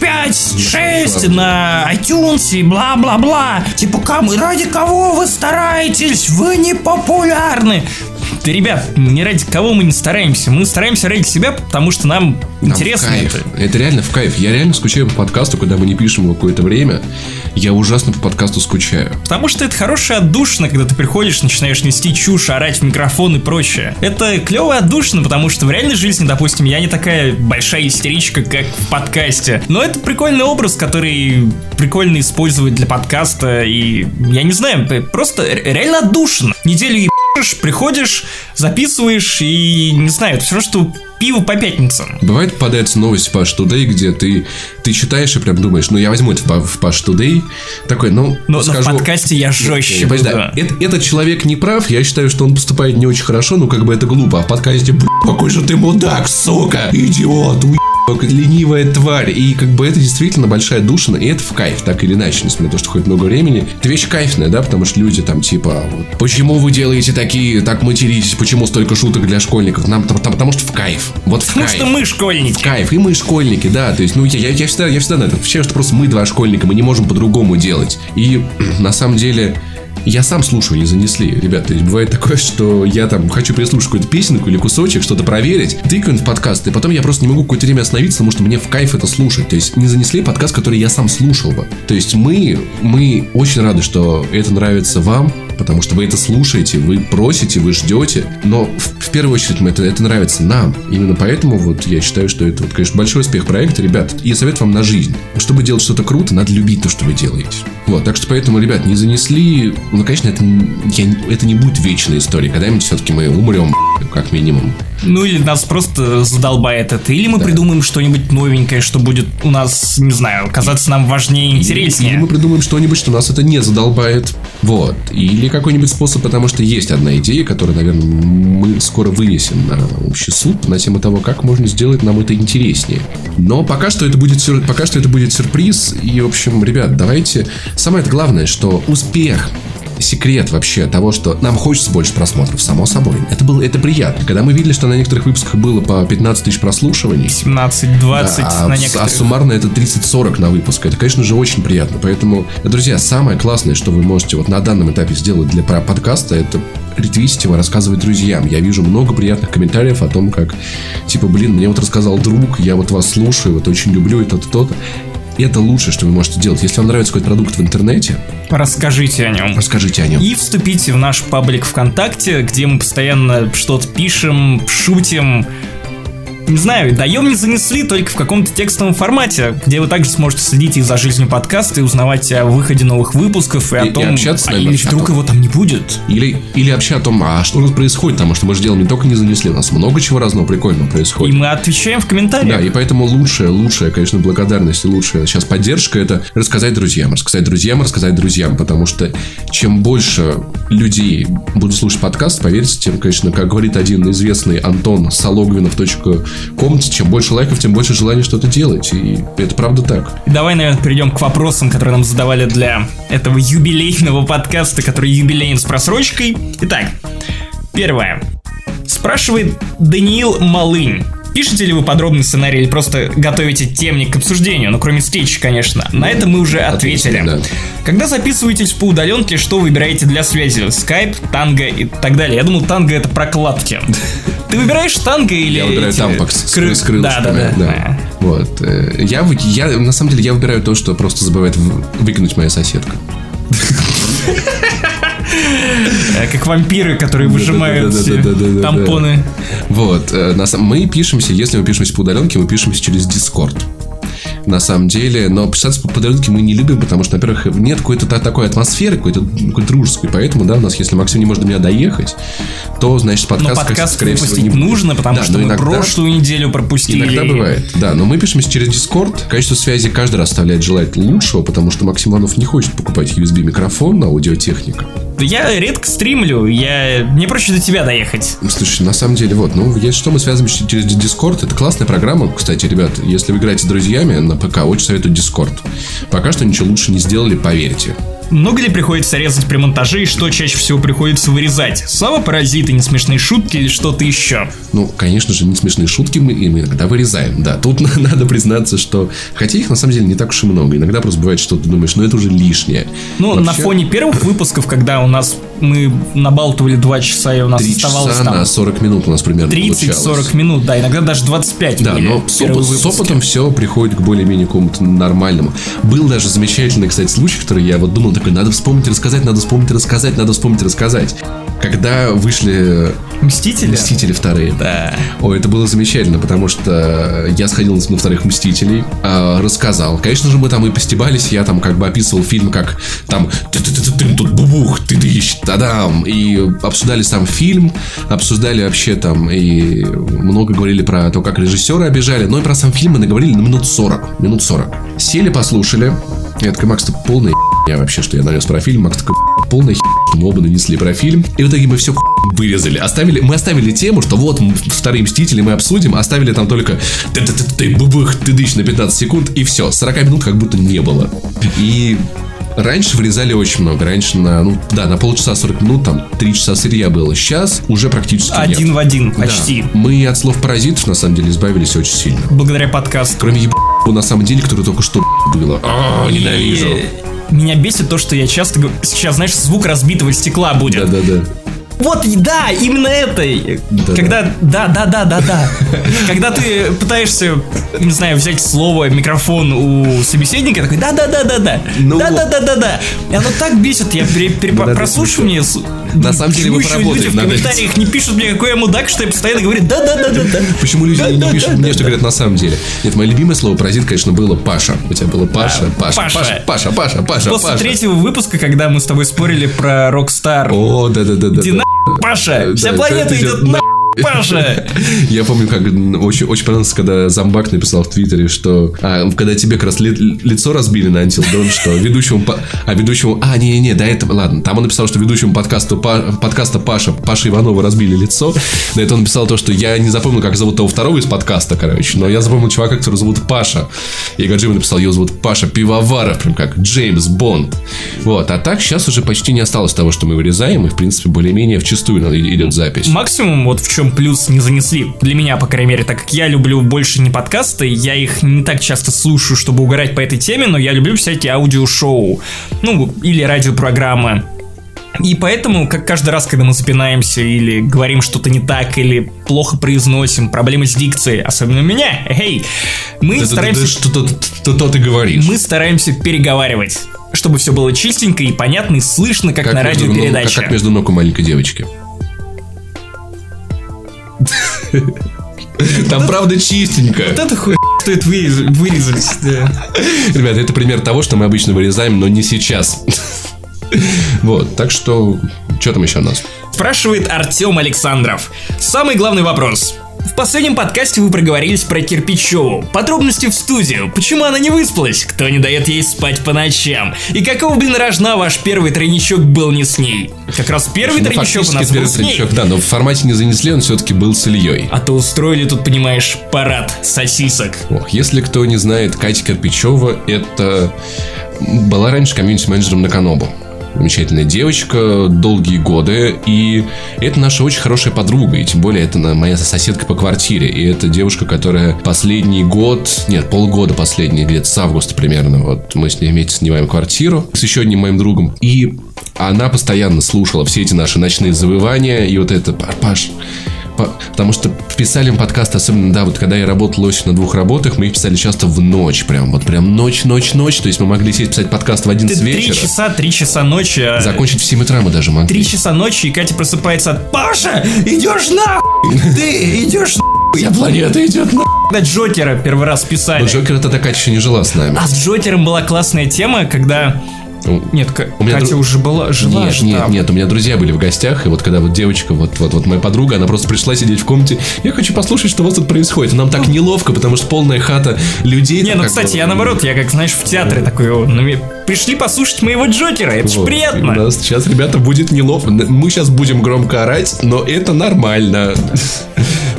Speaker 1: 1005-6 на iTunes и бла-бла-бла. Типа, ради кого вы стараетесь? Вы не популярны. Да, ребят, не ради кого мы не стараемся. Мы стараемся ради себя, потому что нам интересно это.
Speaker 2: Это реально в кайф. Я реально скучаю по подкасту, когда мы не пишем его какое-то время. Я ужасно по подкасту скучаю.
Speaker 1: Потому что это хорошая отдушина, когда ты приходишь, начинаешь нести чушь, орать в микрофон и прочее. Это клевая отдушина, потому что в реальной жизни, допустим, я не такая большая истеричка, как в подкасте. Но это прикольный образ, который прикольно использовать для подкаста. И, я не знаю, просто реально отдушина. Неделю приходишь, записываешь и, не знаю, это все равно, что пиво по пятницам.
Speaker 2: Бывает, попадается новость в Паш Today, где ты читаешь и прям думаешь, ну, я возьму это в Паш Today. Такой, ну,
Speaker 1: но скажу... в подкасте я жестче буду.
Speaker 2: Да, этот человек не прав, я считаю, что он поступает не очень хорошо, ну, как бы это глупо. А в подкасте, какой же ты мудак, сука, идиот, ленивая тварь. И как бы это действительно большая душина, и это в кайф, так или иначе, несмотря на то, что ходит много времени. Это вещь кайфная, да, потому что люди там типа, вот, почему вы делаете так материтесь, почему столько шуток для школьников? Нам потому что в кайф. Вот в
Speaker 1: потому
Speaker 2: кайф.
Speaker 1: Потому что мы школьники.
Speaker 2: В кайф, и мы школьники, да. То есть, ну, я всегда на это ощущаю, что просто мы два школьника, мы не можем по-другому делать. И на самом деле... Я сам слушаю, не занесли, ребята. То есть бывает такое, что я там хочу переслушать какую-то песенку или кусочек, что-то проверить, тыкаю в подкаст, и потом я просто не могу какое-то время остановиться, потому что мне в кайф это слушать. То есть не занесли подкаст, который я сам слушал бы. То есть мы очень рады, что это нравится вам, потому что вы это слушаете, вы просите, вы ждете. Но в первую очередь это нравится нам. Именно поэтому вот я считаю, что это, вот, конечно, большой успех проекта, ребят. И совет вам на жизнь. Чтобы делать что-то круто, надо любить то, что вы делаете. Вот, так что поэтому, ребят, не занесли. Ну, конечно, это не будет вечной историей. Когда-нибудь все-таки мы умрем, как минимум.
Speaker 1: Ну, или нас просто задолбает это. Или мы придумаем что-нибудь новенькое, что будет у нас, не знаю, казаться нам важнее и интереснее.
Speaker 2: Или мы придумаем что-нибудь, что нас это не задолбает. Вот. Или какой-нибудь способ, потому что есть одна идея, которую, наверное, мы скоро вынесем на общий суд на тему того, как можно сделать нам это интереснее. Но пока что это будет сюрприз. И, в общем, ребят, давайте... Самое главное, что успех... Секрет вообще того, что нам хочется больше просмотров, само собой. Это приятно. Когда мы видели, что на некоторых выпусках было по 15 тысяч прослушиваний.
Speaker 1: 17-20 на некоторых.
Speaker 2: А суммарно это 30-40 на выпуск. Это, конечно же, очень приятно. Поэтому, друзья, самое классное, что вы можете вот на данном этапе сделать для подкаста, это ретвитить его, рассказывать друзьям. Я вижу много приятных комментариев о том, как, типа, мне вот рассказал друг, я вот вас слушаю, вот очень люблю и то-то, то-то. И это лучшее, что вы можете делать. Если вам нравится какой-то продукт в интернете,
Speaker 1: расскажите о нем. И вступите в наш паблик ВКонтакте, где мы постоянно что-то пишем, шутим. Не знаю, даем не занесли только в каком-то текстовом формате, где вы также сможете следить и за жизнью подкаста, и узнавать о выходе новых выпусков, и о том, или вдруг его там не будет.
Speaker 2: Или общаться о том, а что у нас происходит, потому что мы же делаем не только не занесли, у нас много чего разного прикольного происходит.
Speaker 1: И мы отвечаем в комментариях.
Speaker 2: Да, и поэтому лучшая, конечно, благодарность и лучшая сейчас поддержка — это рассказать друзьям, потому что чем больше людей будут слушать подкаст, поверьте, тем, конечно, как говорит один известный Антон Сологвинов.com, чем больше лайков, тем больше желания что-то делать. И это правда так.
Speaker 1: Давай, наверное, перейдем к вопросам, которые нам задавали для этого юбилейного подкаста, который юбилейный с просрочкой. Итак, первое. Спрашивает Даниил Малынь. Пишете ли вы подробный сценарий или просто готовите темник к обсуждению? Ну, кроме встречи, конечно. На это мы уже ответили.
Speaker 2: Да.
Speaker 1: Когда записываетесь по удаленке, что выбираете для связи? Skype, Tango и так далее. Я думал, Tango — это прокладки. Ты выбираешь Tango или...
Speaker 2: Я выбираю Tampax с крылышками.
Speaker 1: Да.
Speaker 2: Вот. Я, на самом деле, я выбираю то, что просто забывает выкинуть моя соседка.
Speaker 1: Как вампиры, которые выжимают тампоны.
Speaker 2: Вот. Мы пишемся, если мы пишемся по удаленке, мы пишемся через Discord. На самом деле, но писаться по удаленке мы не любим, потому что, во-первых, нет какой-то такой атмосферы, какой-то дружеской. Поэтому, да, у нас, если Максим не может до меня доехать, то, значит, подкаст скорее всего, не
Speaker 1: нужно, потому что мы прошлую неделю пропустили.
Speaker 2: Иногда бывает, да. Но мы пишемся через Discord. Качество связи каждый раз оставляет желать лучшего, потому что Максим Иванов не хочет покупать USB-микрофон на аудиотехника.
Speaker 1: Я редко стримлю, мне проще до тебя доехать.
Speaker 2: Слушай, на самом деле, вот, если что, мы связываемся через Discord. Это классная программа, кстати, ребят. Если вы играете с друзьями на ПК, очень советую Discord. Пока что ничего лучше не сделали, поверьте.
Speaker 1: Много ли приходится резать при монтаже и что чаще всего приходится вырезать? Слова, паразиты, несмешные шутки или что-то еще?
Speaker 2: Ну, конечно же, не смешные шутки мы иногда вырезаем. Да, тут надо признаться, что... Хотя их на самом деле не так уж и много. Иногда просто бывает, что ты думаешь, это уже лишнее.
Speaker 1: Ну, вообще... на фоне первых выпусков, когда у нас мы набалтывали 2 часа, и у нас оставалось там...
Speaker 2: 3 часа на 40 минут у нас примерно
Speaker 1: 30-40 минут, да, иногда даже 25.
Speaker 2: Да, но с опытом все приходит к более-менее какому-то нормальному. Был даже замечательный, кстати, случай, который я вот думал, такой, надо вспомнить, рассказать. Когда вышли Мстители вторые.
Speaker 1: Да.
Speaker 2: Ой, это было замечательно, потому что я сходил на вторых Мстителей, рассказал. Конечно же, мы там и постебались, я там как бы описывал фильм, как там тут бубух, ты-дыщ, тадам. И обсуждали сам фильм, обсуждали вообще там и много говорили про то, как режиссеры обижали, но и про сам фильм мы наговорили на минут 40. Сели, послушали. Я такой, Макс, ты полная я вообще, что я нанес про фильм. Макс такой, полная что мы оба нанесли про фильм. И в итоге мы все вырезали. Мы оставили тему, что вот вторые Мстители мы обсудим. Оставили там только ты-дыщ на 15 секунд. И все, 40 минут как будто не было. И... Раньше вырезали очень много. Раньше на полчаса 40 минут, там 3 часа сырья было. Сейчас уже практически нет.
Speaker 1: Один в один, почти.
Speaker 2: Да. Мы от слов паразитов, на самом деле, избавились очень сильно.
Speaker 1: Благодаря подкасту.
Speaker 2: Кроме на самом деле, которое только что было. Ненавижу.
Speaker 1: Меня бесит то, что я часто говорю... Сейчас, знаешь, звук разбитого стекла будет.
Speaker 2: Да.
Speaker 1: Вот, да, именно это. Когда, да. Когда ты пытаешься, не знаю, взять слово, микрофон у собеседника, такой, да. Да. И оно так бесит, я прослушиваю мне.
Speaker 2: На самом деле мы поработаем.
Speaker 1: Люди в комментариях не пишут мне, какой я мудак, что я постоянно говорю, да.
Speaker 2: Почему люди не пишут мне, что говорят на самом деле? Нет, мое любимое слово паразит, конечно, было Паша. У тебя было Паша. Паша.
Speaker 1: После 3-го выпуска, когда мы с тобой спорили про Rockstar.
Speaker 2: О, да.
Speaker 1: Паша, вся планета идет на Паша!
Speaker 2: Я помню, как очень понравилось, когда Зомбак написал в Твиттере, что когда тебе как раз лицо разбили на Until Dawn, что ведущему... не, до этого... Ладно, там он написал, что ведущему подкаста Паша Иванова разбили лицо. На это он написал то, что я не запомнил, как зовут того второго из подкаста, короче, но я запомнил чувака, которого зовут Паша. И Гаджима написал, его зовут Паша Пивоваров, прям как Джеймс Бонд. Вот, а так сейчас уже почти не осталось того, что мы вырезаем, и, в принципе, более-менее вчистую идет запись.
Speaker 1: Максимум, вот в чем плюс не занесли, для меня, по крайней мере, так как я люблю больше не подкасты, я их не так часто слушаю, чтобы угорать по этой теме, но я люблю всякие аудиошоу, или радиопрограммы. И поэтому, как каждый раз, когда мы запинаемся или говорим что-то не так, или плохо произносим, проблемы с дикцией, особенно у меня, мы стараемся...
Speaker 2: Что ты говоришь?
Speaker 1: Мы стараемся переговаривать, чтобы все было чистенько и понятно, и слышно, как на радиопередаче.
Speaker 2: Как между ног у маленькой девочки. Там правда чистенько.
Speaker 1: Вот это хуй стоит вырезать.
Speaker 2: Ребята, это пример того, что мы обычно вырезаем, но не сейчас. Вот, так что там еще у нас?
Speaker 1: Спрашивает Артем Александров. Самый главный вопрос. В последнем подкасте вы проговорились про Кирпичеву. Подробности в студию. Почему она не выспалась? Кто не дает ей спать по ночам? И какого, рожна ваш первый тройничок был не с ней? Как раз первый тройничок у нас был с ней.
Speaker 2: Да, но в формате не занесли, он все-таки был с Ильей.
Speaker 1: А то устроили тут, понимаешь, парад сосисок.
Speaker 2: Если кто не знает, Катя Кирпичева это была раньше комьюнити-менеджером на Канобу. Замечательная девочка, долгие годы. И это наша очень хорошая подруга. И тем более это моя соседка по квартире. И это девушка, которая полгода последний, где-то с августа примерно. Вот мы с ней вместе снимаем квартиру с еще одним моим другом. И она постоянно слушала все эти наши ночные завывания. И вот это, Паш... Потому что писали мы подкасты, особенно, когда я работал осенью на 2 работах, мы их писали часто в ночь, прям ночь. То есть мы могли сесть писать подкаст в 11 вечера.
Speaker 1: 3 часа ночи.
Speaker 2: Закончить в 7 утра мы даже могли.
Speaker 1: 3 часа ночи, и Катя просыпается от: Паша, идешь нахуй! Ты идешь нахуй!
Speaker 2: Вся планета идет нахуй!
Speaker 1: Когда Джокера первый раз писали.
Speaker 2: Но Джокера тогда Катя еще не жила с нами.
Speaker 1: А с Джокером была классная тема, когда... Нет, Катя уже жила.
Speaker 2: Нет, у меня друзья были в гостях, и вот когда девочка, вот моя подруга, она просто пришла сидеть в комнате, я хочу послушать, что у вас тут происходит. И нам так неловко, потому что полная хата людей.
Speaker 1: Кстати, я наоборот, я как, знаешь, в театре такой, пришли послушать моего Джокера, это же приятно.
Speaker 2: У нас сейчас, ребята, будет неловко. Мы сейчас будем громко орать, но это нормально.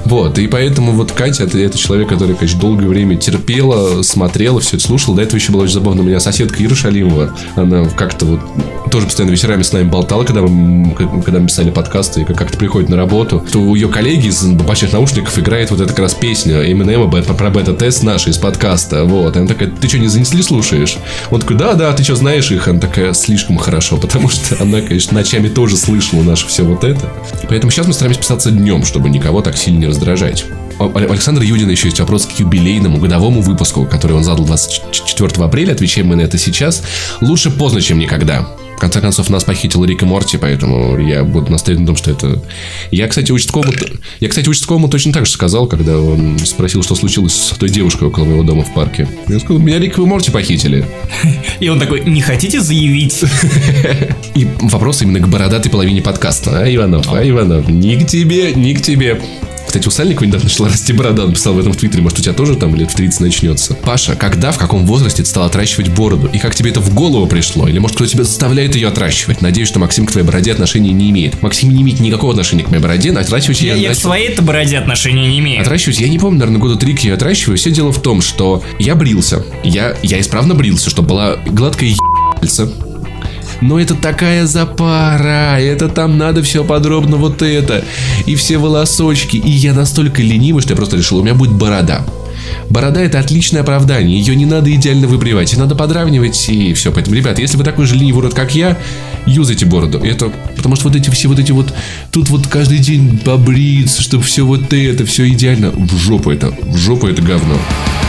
Speaker 2: Вот, и поэтому вот Катя, это человек, который, конечно, долгое время терпела, смотрела, все это слушала. До этого еще была очень забавна у меня соседка Ира Шалимова. Она как-то вот тоже постоянно вечерами с нами болтала, когда мы писали подкасты, и как-то приходит на работу. То у ее коллеги из больших наушников играет вот эта как раз песня Эминема про бета-тест наши из подкаста. Вот, и она такая: ты что, не занесли, слушаешь? Он такой: да, ты что, знаешь их? Она такая: слишком хорошо, потому что она, конечно, ночами тоже слышала наше все вот это. Поэтому сейчас мы стараемся писаться днем, чтобы никого так сильно не раздражать. У Александра Юдина еще есть вопрос к юбилейному годовому выпуску, который он задал 24 апреля. Отвечаем мы на это сейчас. Лучше поздно, чем никогда. В конце концов, нас похитил Рик и Морти, поэтому я буду настаивать на том, что это... Я, кстати, участковому точно так же сказал, когда он спросил, что случилось с той девушкой около моего дома в парке. Я сказал: меня Рик и Морти похитили.
Speaker 1: И он такой: не хотите заявить?
Speaker 2: И вопрос именно к бородатой половине подкаста. Иванов, ни к тебе. Кстати, у Сальникова недавно начала расти борода. Он писал в этом в Твиттере: может, у тебя тоже там лет в 30 начнется. Паша, когда, в каком возрасте ты стал отращивать бороду? И как тебе это в голову пришло? Или, может, кто тебя заставляет ее отращивать? Надеюсь, что Максим к твоей бороде отношения не имеет. Максим не имеет никакого отношения к моей бороде, но отращивать
Speaker 1: я к своей-то бороде отношения не имею.
Speaker 2: Отращивать, я не помню, наверное, года 3 я отращиваю. Все дело в том, что я брился. Я исправно брился, чтобы была гладкая ебальца. Но это такая запара, это там надо все подробно вот это, и все волосочки. И я настолько ленивый, что я просто решил: у меня будет борода. Борода — это отличное оправдание, ее не надо идеально выбривать, ее надо подравнивать, и все. Поэтому, ребята, если вы такой же ленивый урод, как я, юзайте бороду. Это потому что вот эти вот тут вот каждый день побриться, чтобы все вот это, все идеально. В жопу это говно.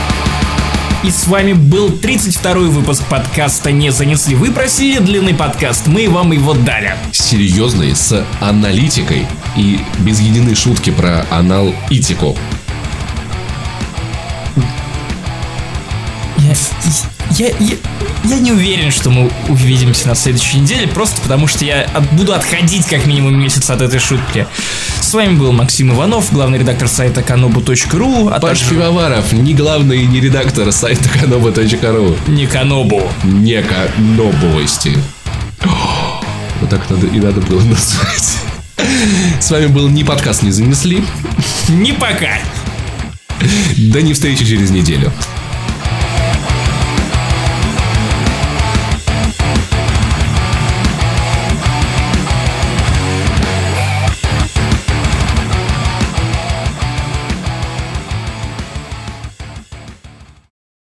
Speaker 1: И с вами был 32-й выпуск подкаста «Не занесли, выпросили». Длинный подкаст, мы вам его дали.
Speaker 2: Серьезный, с аналитикой и без единой шутки про аналитику.
Speaker 1: Я не уверен, что мы увидимся на следующей неделе, просто потому что я буду отходить как минимум месяц от этой шутки. С вами был Максим Иванов, главный редактор сайта kanobu.ru,
Speaker 2: а Паш Пивоваров, не главный, не редактор сайта kanobu.ru.
Speaker 1: Не Канобу.
Speaker 2: Не Канобовости. Вот так надо было назвать. С вами был ни подкаст не занесли,
Speaker 1: ни пока.
Speaker 2: До не встречи через неделю.